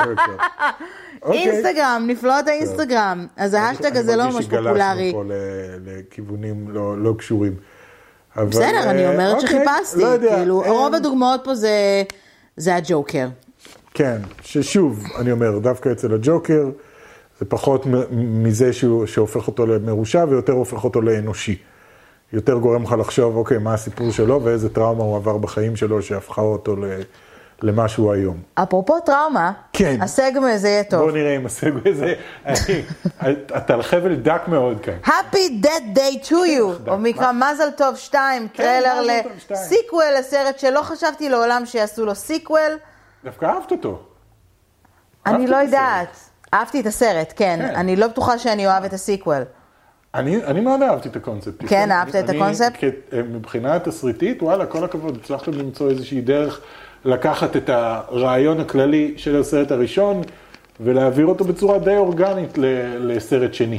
Speaker 1: אינסטגרם, נפלאות האינסטגרם. אז ההשטג הזה לא ממש פופולרי.
Speaker 2: אני מרגיש שגלשנו פה לכיוונים לא קשורים.
Speaker 1: בסדר, אני אומרת שחיפשתי. רוב הדוגמאות פה זה הג'וקר.
Speaker 2: כן, ששוב, אני אומר, דווקא אצל הג'וקר, זה פחות מזה שהופך אותו למרושע, ויותר הופך אותו לאנושי. יותר גורם לך לחשוב, אוקיי, מה הסיפור שלו, ואיזה טראומה הוא עבר בחיים שלו, שהפכה אותו למה שהוא היום.
Speaker 1: אפרופו טראומה,
Speaker 2: כן.
Speaker 1: הסגמי הזה יהיה טוב.
Speaker 2: בוא נראה אם הסגמי הזה, אתה על חבל דק מאוד כאן.
Speaker 1: Happy Death Day to you, או מקרא מזל טוב שתיים, טריילר לסיקוול, לסרט שלא חשבתי לעולם שיעשו לו סיקוול.
Speaker 2: דווקא אהבת אותו.
Speaker 1: אני לא יודעת. אהבתי את הסרט, כן. אני לא בטוחה שאני אוהב את הסיקוול.
Speaker 2: אני מאוד אהבתי את הקונספט.
Speaker 1: כן, אהבת את הקונספט?
Speaker 2: מבחינה תסריטית, וואלה, כל הכבוד, הצלחתם למצוא איזושהי דרך לקחת את הרעיון הכללי של הסרט הראשון, ולהעביר אותו בצורה די אורגנית לסרט שני.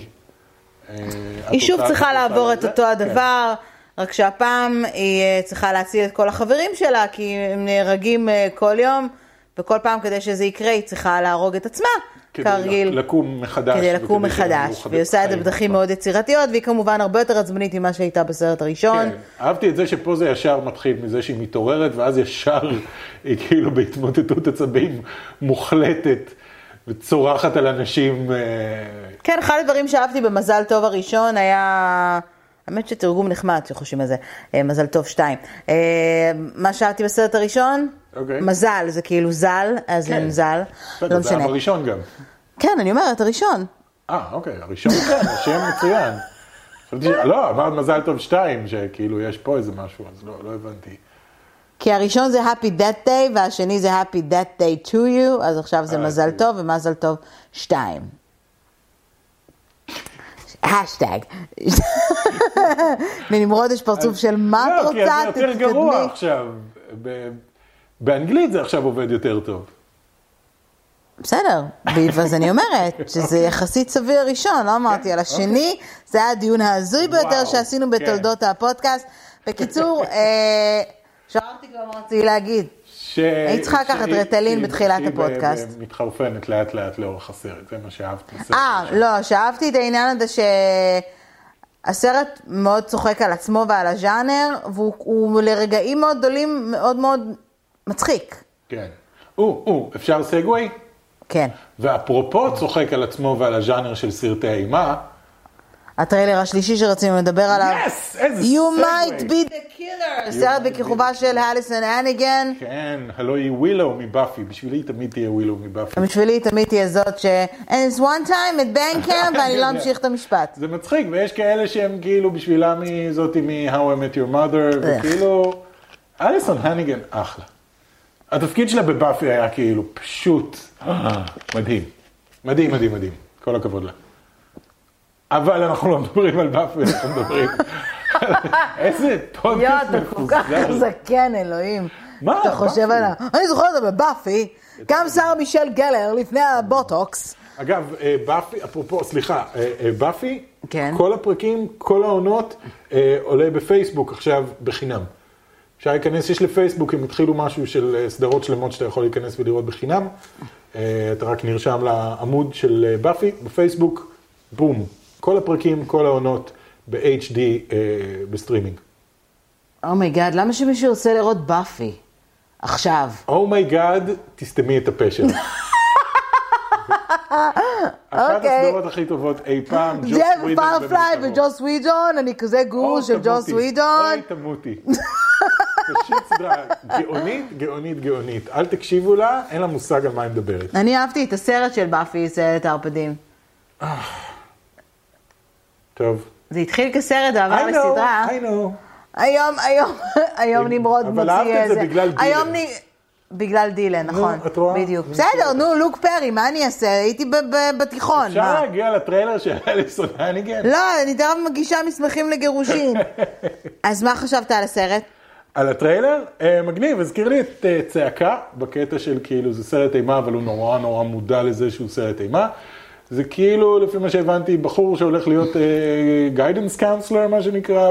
Speaker 1: היא שוב צריכה לעבור את אותו הדבר, רק שהפעם היא צריכה להציל את כל החברים שלה, כי הם נהרגים כל יום, וכל פעם כדי שזה יקרה, היא צריכה להרוג את עצמה, כרגיל.
Speaker 2: כדי לקום מחדש.
Speaker 1: כדי לקום מחדש, והיא עושה את זה בדרכים מאוד יצירתיות, והיא כמובן הרבה יותר עצבנית ממה שהייתה בסרט הראשון.
Speaker 2: כן, אהבתי את זה שפה זה ישר מתחיל מזה שהיא מתעוררת, ואז ישר היא כאילו בהתמוטטות עצבים מוחלטת, וצורחת על אנשים.
Speaker 1: כן, אחד הדברים שאהבתי במזל טוב הראשון היה... האמת שתרגום נחמד שחושבים על זה, מזל טוב שתיים. מה שאהבתי בסרט הראשון, מזל, זה כאילו זל, אז זה זל.
Speaker 2: לא משנה. זה היה בראשון גם.
Speaker 1: כן, אני אומרת, הראשון.
Speaker 2: אה, אוקיי, הראשון כן, השם מצוין. לא, אמרת מזל טוב שתיים, שכאילו יש פה איזה משהו, אז לא הבנתי.
Speaker 1: כי הראשון זה Happy Death Day, והשני זה Happy Death Day to you, אז עכשיו זה מזל טוב ומזל טוב שתיים. השטג. מנמרוד יש פרצוף של מה את רוצה?
Speaker 2: לא, כי זה יותר גרוע עכשיו. באנגלית זה עכשיו עובד יותר טוב.
Speaker 1: בסדר, אז אני אומרת שזה יחסית סביר ראשון, לא אמרתי על השני, זה היה הדיון ההזוי ביותר שעשינו בתולדות הפודקאסט. בקיצור, שררתי כבר מה רציתי להגיד. היית צריכה לקחת רטלין בתחילת הפודקאסט.
Speaker 2: שהיא מתחרפנת לאט לאט לאורך הסרט, זה מה שאהבתי.
Speaker 1: אה, לא, שאהבתי את העניין הזה שהסרט מאוד צוחק על עצמו ועל הז'אנר, והוא לרגעים מאוד גדולים מאוד מאוד מצחיק.
Speaker 2: כן. או, או, אפשר סגווי?
Speaker 1: כן.
Speaker 2: ואפרופו צוחק על עצמו ועל הז'אנר של סרטי אימה,
Speaker 1: הטריילר השלישי שרצינו לדבר עליו.
Speaker 2: Yes! איזה
Speaker 1: You might be the killer. סרט בכיכובה של הליסון הניגן.
Speaker 2: כן, הלוא היא ווילו מבאפי. בשבילי תמיד תהיה ווילו מבאפי.
Speaker 1: בשבילי תמיד תהיה זאת ש... And it's one time at Bandcamp, ואני לא אמשיך את המשפט.
Speaker 2: זה מצחיק, ויש כאלה שהם כאילו בשבילה מזאתי מ-How I Met Your Mother, וכאילו... הליסון הניגן, אחלה. התפקיד שלה בבאפי היה כאילו פשוט מדהים. מדהים, מדהים, מדהים. כל הכבוד לה. אבל אנחנו לא מדברים על באפי, אנחנו מדברים על איזה פודקאסט מפוזר. אתה כל כך
Speaker 1: זקן, אלוהים.
Speaker 2: מה?
Speaker 1: אתה חושב עליו. אני זוכרת את זה בבאפי, גם שר מישל גלר לפני הבוטוקס.
Speaker 2: אגב, באפי, אפרופו, סליחה, באפי,
Speaker 1: כן.
Speaker 2: כל הפרקים, כל העונות, עולה בפייסבוק עכשיו בחינם. אפשר להיכנס, יש לפייסבוק, הם התחילו משהו של סדרות שלמות שאתה יכול להיכנס ולראות בחינם. אתה רק נרשם לעמוד של באפי בפייסבוק, בום. כל הפרקים, כל העונות ב-אייץ' די בסטרימינג.
Speaker 1: אומייגאד, למה שמישהו רוצה לראות באפי? עכשיו.
Speaker 2: אומייגאד, תסתמי את הפה שלך. אחת הסדרות הכי טובות אי פעם, ג'וס ווידון.
Speaker 1: פיירפליי וג'וס ווידון, אני כזה גור של ג'וס ווידון.
Speaker 2: אוי, תמותי. פשוט סדרה גאונית, גאונית, גאונית. אל תקשיבו לה, אין לה מושג על מה היא מדברת.
Speaker 1: אני אהבתי את הסרט של באפי, סרט הערפדים.
Speaker 2: טוב.
Speaker 1: זה התחיל כסרט, זה עבר לסדרה.
Speaker 2: I know, I know.
Speaker 1: היום, היום, היום נמרוד מוציא איזה.
Speaker 2: אבל אהבת את זה בגלל דילן.
Speaker 1: בגלל דילן, נכון.
Speaker 2: את רואה?
Speaker 1: בדיוק. בסדר, נו, לוק פרי, מה אני אעשה? הייתי בתיכון.
Speaker 2: אפשר להגיע לטריילר של אליסון הניגן?
Speaker 1: לא, אני תראה מגישה מסמכים לגירושין. אז מה חשבת על הסרט?
Speaker 2: על הטריילר? מגניב, הזכיר לי את צעקה, בקטע של כאילו זה סרט אימה, אבל הוא נורא נורא מודע לזה שהוא סרט אימה. זה כאילו, לפי מה שהבנתי, בחור שהולך להיות גיידנס קאונסלר, מה שנקרא,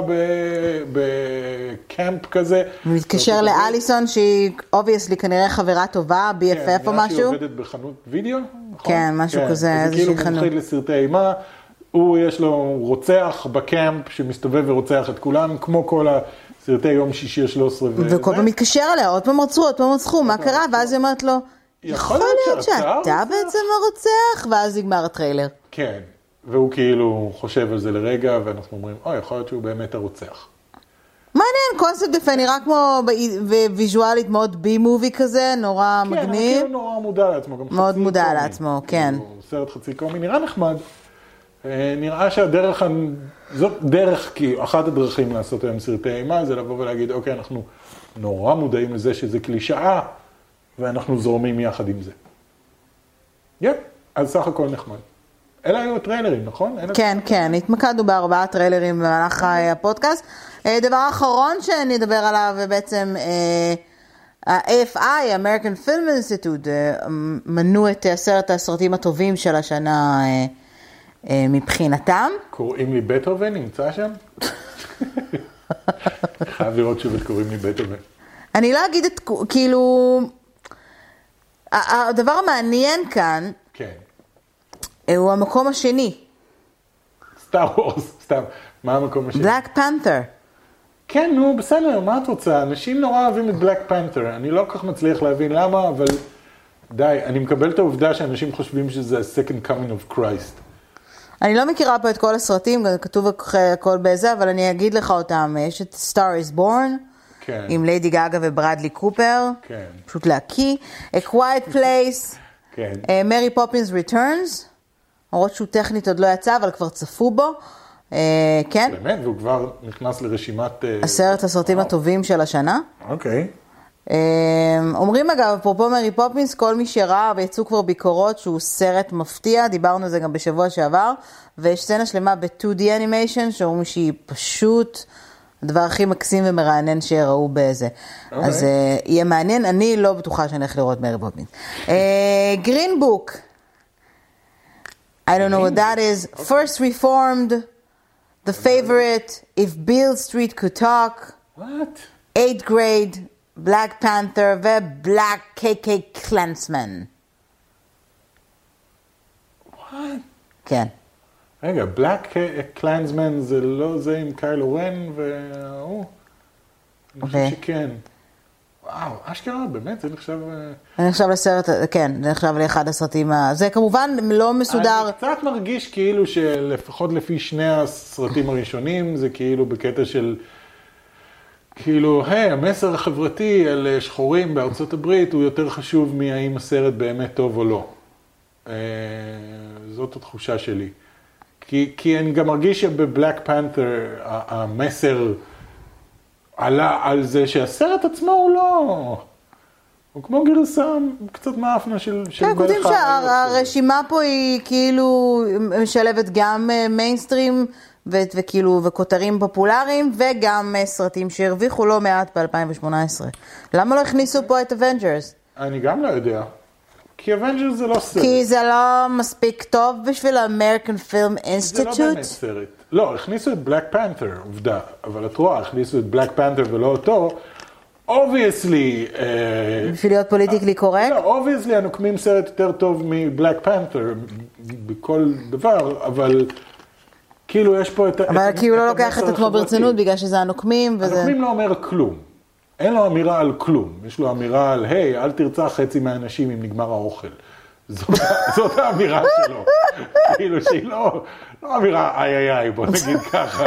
Speaker 2: בקמפ כזה. הוא
Speaker 1: מתקשר לאליסון, שהיא אובייסלי כנראה חברה טובה, בי אף אף או משהו.
Speaker 2: כן, נראה שהיא עובדת בחנות וידאו, נכון?
Speaker 1: כן, משהו כזה, איזושהי חנות.
Speaker 2: זה כאילו מומחית לסרטי אימה, הוא יש לו רוצח בקמפ, שמסתובב ורוצח את כולם, כמו כל הסרטי יום שישי ה-שלוש עשרה.
Speaker 1: וכל פעם מתקשר אליה, עוד פעם רצו, עוד פעם רצחו, מה קרה? ואז היא אומרת לו, יכול להיות שאתה בעצם הרוצח, ואז נגמר הטריילר.
Speaker 2: כן, והוא כאילו חושב על זה לרגע, ואנחנו אומרים, אוי, יכול להיות שהוא באמת הרוצח.
Speaker 1: מעניין, קונספט יפה, נראה כמו ויזואלית מאוד בי-מובי כזה, נורא מגניב.
Speaker 2: כן, כאילו נורא מודע לעצמו.
Speaker 1: מאוד מודע לעצמו, כן.
Speaker 2: סרט חצי קומי, נראה נחמד. נראה שהדרך, זאת דרך, כי אחת הדרכים לעשות היום סרטי אימה, זה לבוא ולהגיד, אוקיי, אנחנו נורא מודעים לזה שזה קלישאה, ואנחנו זורמים יחד עם זה. יפ, אז סך הכל נחמד. אלה היו הטריילרים, נכון?
Speaker 1: כן, כן, התמקדנו בארבעה טריילרים במהלך הפודקאסט. דבר אחרון שנדבר עליו, ובעצם ה-A F I, American Film Institute, מנו את עשרת הסרטים הטובים של השנה מבחינתם.
Speaker 2: קוראים לי בטהובן, נמצא שם? חייב לראות שוב את קוראים לי בטהובן.
Speaker 1: אני לא אגיד את, כאילו, הדבר המעניין כאן,
Speaker 2: כן.
Speaker 1: הוא המקום השני.
Speaker 2: סטאר וורס, סתם. מה המקום השני?
Speaker 1: בלק פנת'ר.
Speaker 2: כן, נו, בסדר, מה את רוצה? אנשים נורא אוהבים את בלק פנת'ר. אני לא כל כך מצליח להבין למה, אבל די, אני מקבל את העובדה שאנשים חושבים שזה ה-Second Coming of Christ.
Speaker 1: אני לא מכירה פה את כל הסרטים, כתוב הכל בזה, אבל אני אגיד לך אותם. יש את Star is Born,
Speaker 2: כן.
Speaker 1: עם ליידי גאגה וברדלי קופר,
Speaker 2: כן.
Speaker 1: פשוט להקיא. A Quiet Place,
Speaker 2: כן.
Speaker 1: מרי פופינס Returns, למרות שהוא טכנית עוד לא יצא, אבל כבר צפו בו. כן?
Speaker 2: באמת, והוא כבר נכנס לרשימת...
Speaker 1: עשרת הסרטים הטובים של השנה.
Speaker 2: אוקיי.
Speaker 1: אומרים אגב, אפרופו מרי פופינס, כל מי שראה ויצאו כבר ביקורות שהוא סרט מפתיע, דיברנו על זה גם בשבוע שעבר, ויש סצנה שלמה ב-טו די אנימיישן, שאומרים שהיא פשוט הדבר הכי מקסים ומרענן שראו בזה. אז יהיה מעניין, אני לא בטוחה שאני הולך לראות מרי פופינס. גרין בוק. I don't know what that is. First Reformed, The Favorite, If Beale Street Could Talk,
Speaker 2: What?
Speaker 1: Eighth Grade, Black Panther ו-Black K K Klansman.
Speaker 2: What?
Speaker 1: כן.
Speaker 2: רגע, Black Klansman זה לא זה עם קיילו רן והוא? אני חושב שכן. וואו, אשכרה, באמת, זה נחשב...
Speaker 1: זה נחשב לסרט, כן, זה נחשב לאחד הסרטים, זה כמובן לא מסודר.
Speaker 2: אני קצת מרגיש כאילו שלפחות לפי שני הסרטים הראשונים, זה כאילו בקטע של, כאילו, היי, המסר החברתי על שחורים בארצות הברית הוא יותר חשוב מהאם הסרט באמת טוב או לא. זאת התחושה שלי. כי, כי אני גם מרגיש שבבלק פנת'ר המסר... עלה על זה שהסרט עצמו הוא לא... הוא כמו גרסה קצת מאפנה של...
Speaker 1: כן, כותבים שהרשימה פה היא כאילו משלבת גם מיינסטרים וכאילו וכותרים פופולריים וגם סרטים שהרוויחו לא מעט ב-אלפיים שמונה עשרה. למה לא הכניסו פה את אבנג'רס?
Speaker 2: אני גם לא יודע. כי אבנג'רס זה לא סרט.
Speaker 1: כי זה לא מספיק טוב בשביל האמריקן פילם אינסטיטוט?
Speaker 2: זה לא באמת סרט. לא, הכניסו את בלק פנת'ר, עובדה. אבל את רואה, הכניסו את בלק פנת'ר ולא אותו. אובייסלי...
Speaker 1: בשביל להיות פוליטיקלי קורקט?
Speaker 2: לא, אובייסלי הנוקמים סרט יותר טוב מבלק פנת'ר בכל דבר, אבל כאילו יש פה את...
Speaker 1: אבל כי הוא לא לוקח את עצמו ברצינות בגלל שזה הנוקמים וזה...
Speaker 2: הנוקמים לא אומר כלום. אין לו אמירה על כלום. יש לו אמירה על, היי, אל תרצח חצי מהאנשים אם נגמר האוכל. זאת האמירה שלו. כאילו שהיא לא אמירה איי איי איי, בוא נגיד ככה.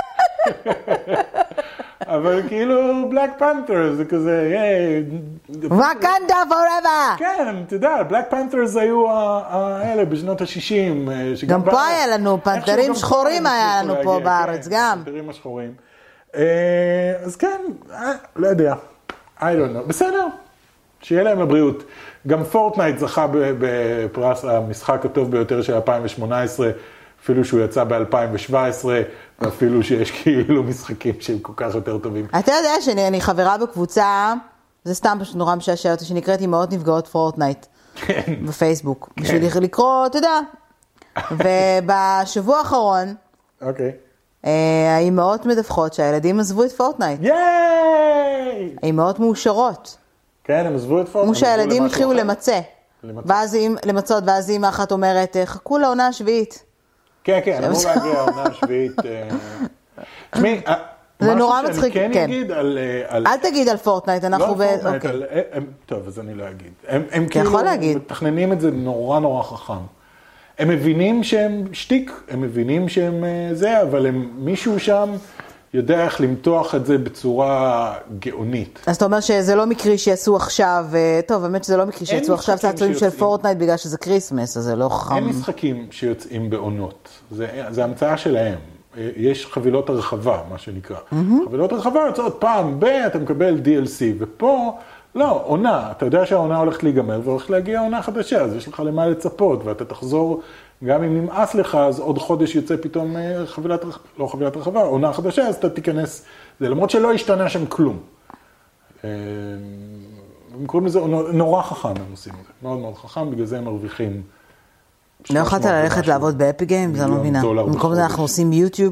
Speaker 2: אבל כאילו בלק פנת'ר זה כזה, היי...
Speaker 1: וואקנדה forever!
Speaker 2: כן, אתה יודע, בלק פנת'רס היו האלה בשנות ה-שישים.
Speaker 1: גם פה היה לנו, פנתרים שחורים היה לנו פה בארץ, גם.
Speaker 2: פנתרים השחורים. אז כן, לא יודע, I don't know, בסדר, שיהיה להם לבריאות. גם פורטנייט זכה בפרס המשחק הטוב ביותר של אלפיים שמונה עשרה, אפילו שהוא יצא ב-אלפיים שבע עשרה, ואפילו שיש כאילו משחקים שהם כל כך יותר טובים.
Speaker 1: אתה יודע שאני חברה בקבוצה, זה סתם פשוט נורא משעשע אותי, שנקראת אימהות נפגעות פורטנייט. כן. בפייסבוק. כן. בשביל לקרוא, אתה יודע. ובשבוע האחרון,
Speaker 2: אוקיי.
Speaker 1: האימהות מדווחות שהילדים עזבו את פורטנייט.
Speaker 2: ייי!
Speaker 1: האימהות מאושרות.
Speaker 2: כן, הם עזבו את פורטנייט.
Speaker 1: כמו שהילדים התחילו למצא. ואז למצות, ואז אימא אחת אומרת, חכו לעונה השביעית.
Speaker 2: כן, כן, אמור להגיע העונה השביעית. תשמעי,
Speaker 1: זה נורא מצחיק,
Speaker 2: כן. אני כן אגיד על...
Speaker 1: אל תגיד על פורטנייט, אנחנו ב...
Speaker 2: לא על פורטנייט, טוב, אז אני לא אגיד. הם כאילו מתכננים את זה נורא נורא חכם. הם מבינים שהם שטיק, הם מבינים שהם זה, אבל הם, מישהו שם יודע איך למתוח את זה בצורה גאונית.
Speaker 1: אז אתה אומר שזה לא מקרי שיצאו עכשיו, טוב, באמת שזה לא מקרי שיצאו עכשיו צעצועים של פורטנייט בגלל שזה קריסמס, אז זה לא חכם.
Speaker 2: אין משחקים שיוצאים בעונות, זה, זה המצאה שלהם. יש חבילות הרחבה, מה שנקרא. Mm-hmm. חבילות הרחבה יוצאות פעם ב, אתה מקבל די אל סי, ופה, לא, עונה. אתה יודע שהעונה הולכת להיגמר, והולכת להגיע עונה חדשה, אז יש לך למה לצפות, ואתה תחזור, גם אם נמאס לך, אז עוד חודש יוצא פתאום חבילת, לא חבילת הרחבה, עונה חדשה, אז אתה תיכנס, זה למרות שלא השתנה שם כלום. הם קוראים לזה, נורא חכם הם עושים את זה, מאוד מאוד חכם, בגלל זה הם מרוויחים.
Speaker 1: לא יכולת ללכת לעבוד באפי גיים? זה לא מבינה. במקום זה אנחנו עושים יוטיוב.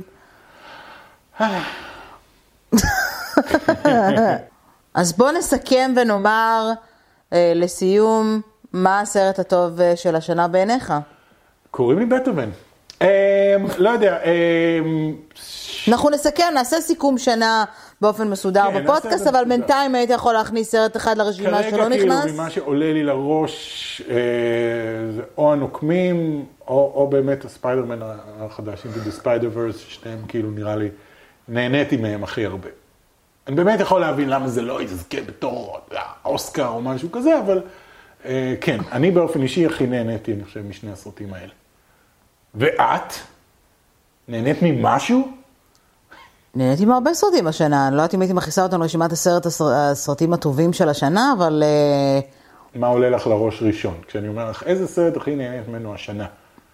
Speaker 1: אז בוא נסכם ונאמר לסיום, מה הסרט הטוב של השנה בעיניך?
Speaker 2: קוראים לי בטהובן. לא יודע.
Speaker 1: אנחנו נסכם, נעשה סיכום שנה באופן מסודר בפודקאסט, אבל בינתיים היית יכול להכניס סרט אחד לרשימה שלא נכנס?
Speaker 2: כרגע כאילו ממה שעולה לי לראש זה או הנוקמים, או באמת הספיידרמן החדש, Into the Spider-Verse, ששניהם כאילו נראה לי, נהניתי מהם הכי הרבה. אני באמת יכול להבין למה זה לא יזכה בתור אוסקר או משהו כזה, אבל כן, אני באופן אישי הכי נהניתי, אני חושב, משני הסרטים האלה. ואת? נהנית ממשהו?
Speaker 1: נהניתי מהרבה סרטים השנה, אני לא יודעת אם הייתי מכניסה אותנו רשימת הסרט, הסרטים הטובים של השנה, אבל...
Speaker 2: מה עולה לך לראש ראשון? כשאני אומר לך, איזה סרט הכי נהנית ממנו השנה?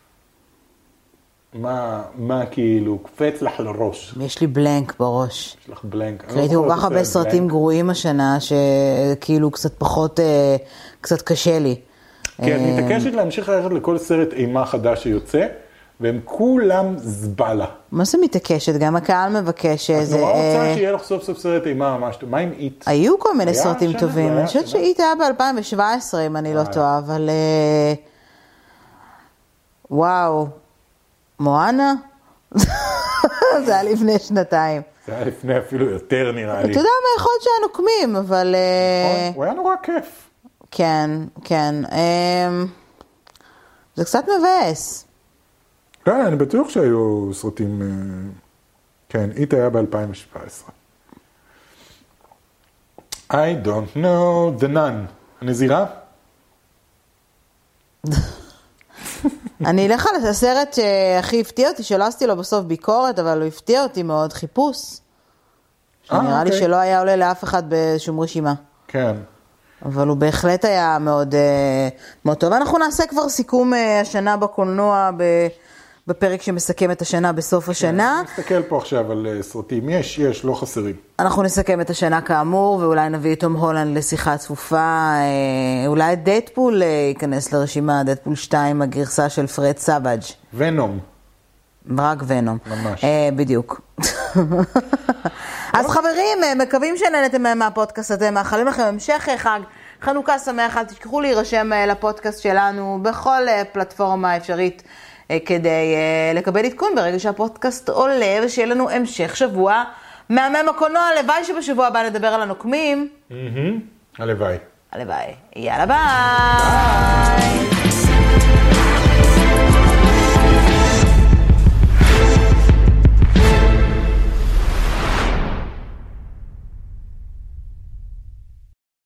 Speaker 2: מה, מה כאילו, קפץ לך לראש?
Speaker 1: יש לי בלנק בראש.
Speaker 2: יש לך בלנק.
Speaker 1: ראיתי כל כך הרבה סרטים גרועים השנה, שכאילו קצת פחות, קצת קשה לי.
Speaker 2: כי את מתעקשת להמשיך ללכת לכל סרט אימה חדש שיוצא, והם כולם זבלה.
Speaker 1: מה זה מתעקשת? גם הקהל מבקש איזה...
Speaker 2: את נורא רוצה שיהיה לך סוף סוף סרט אימה ממש טוב. מה עם איט?
Speaker 1: היו כל מיני סרטים טובים. אני חושבת שאיט היה ב-אלפיים שבע עשרה, אם אני לא טועה, אבל... וואו. מואנה? זה היה לפני שנתיים.
Speaker 2: זה היה לפני אפילו יותר נראה לי.
Speaker 1: אתה יודע מה, יכול להיות שהיה נוקמים, אבל...
Speaker 2: נכון, הוא היה נורא כיף.
Speaker 1: כן, כן. זה קצת מבאס.
Speaker 2: כן, אני בטוח שהיו סרטים... כן, איט היה ב-אלפיים שבע עשרה. I don't know, The Nun. הנזירה?
Speaker 1: אני אלך על הסרט שהכי הפתיע אותי, שלא עשיתי לו בסוף ביקורת, אבל הוא הפתיע אותי מאוד, חיפוש. שנראה לי שלא היה עולה לאף אחד בשום רשימה.
Speaker 2: כן.
Speaker 1: אבל הוא בהחלט היה מאוד, מאוד טוב. אנחנו נעשה כבר סיכום השנה בקולנוע, בפרק שמסכם את השנה בסוף השנה.
Speaker 2: נסתכל פה עכשיו על סרטים. יש, יש, לא חסרים.
Speaker 1: אנחנו נסכם את השנה כאמור, ואולי נביא את תום הולנד לשיחה צפופה. אולי דדפול ייכנס לרשימה, דדפול שתיים, הגרסה של פרד סאבאג'.
Speaker 2: ונום.
Speaker 1: רק ונום.
Speaker 2: ממש.
Speaker 1: בדיוק. אז חברים, מקווים שנהנתם מהפודקאסט הזה, מאחלים לכם המשך חג, חנוכה שמח, אל תשכחו להירשם לפודקאסט שלנו בכל פלטפורמה אפשרית כדי לקבל עדכון ברגע שהפודקאסט עולה, ושיהיה לנו המשך שבוע מהמם הקולנוע. הלוואי שבשבוע הבא נדבר על הנוקמים.
Speaker 2: הלוואי.
Speaker 1: הלוואי. יאללה ביי.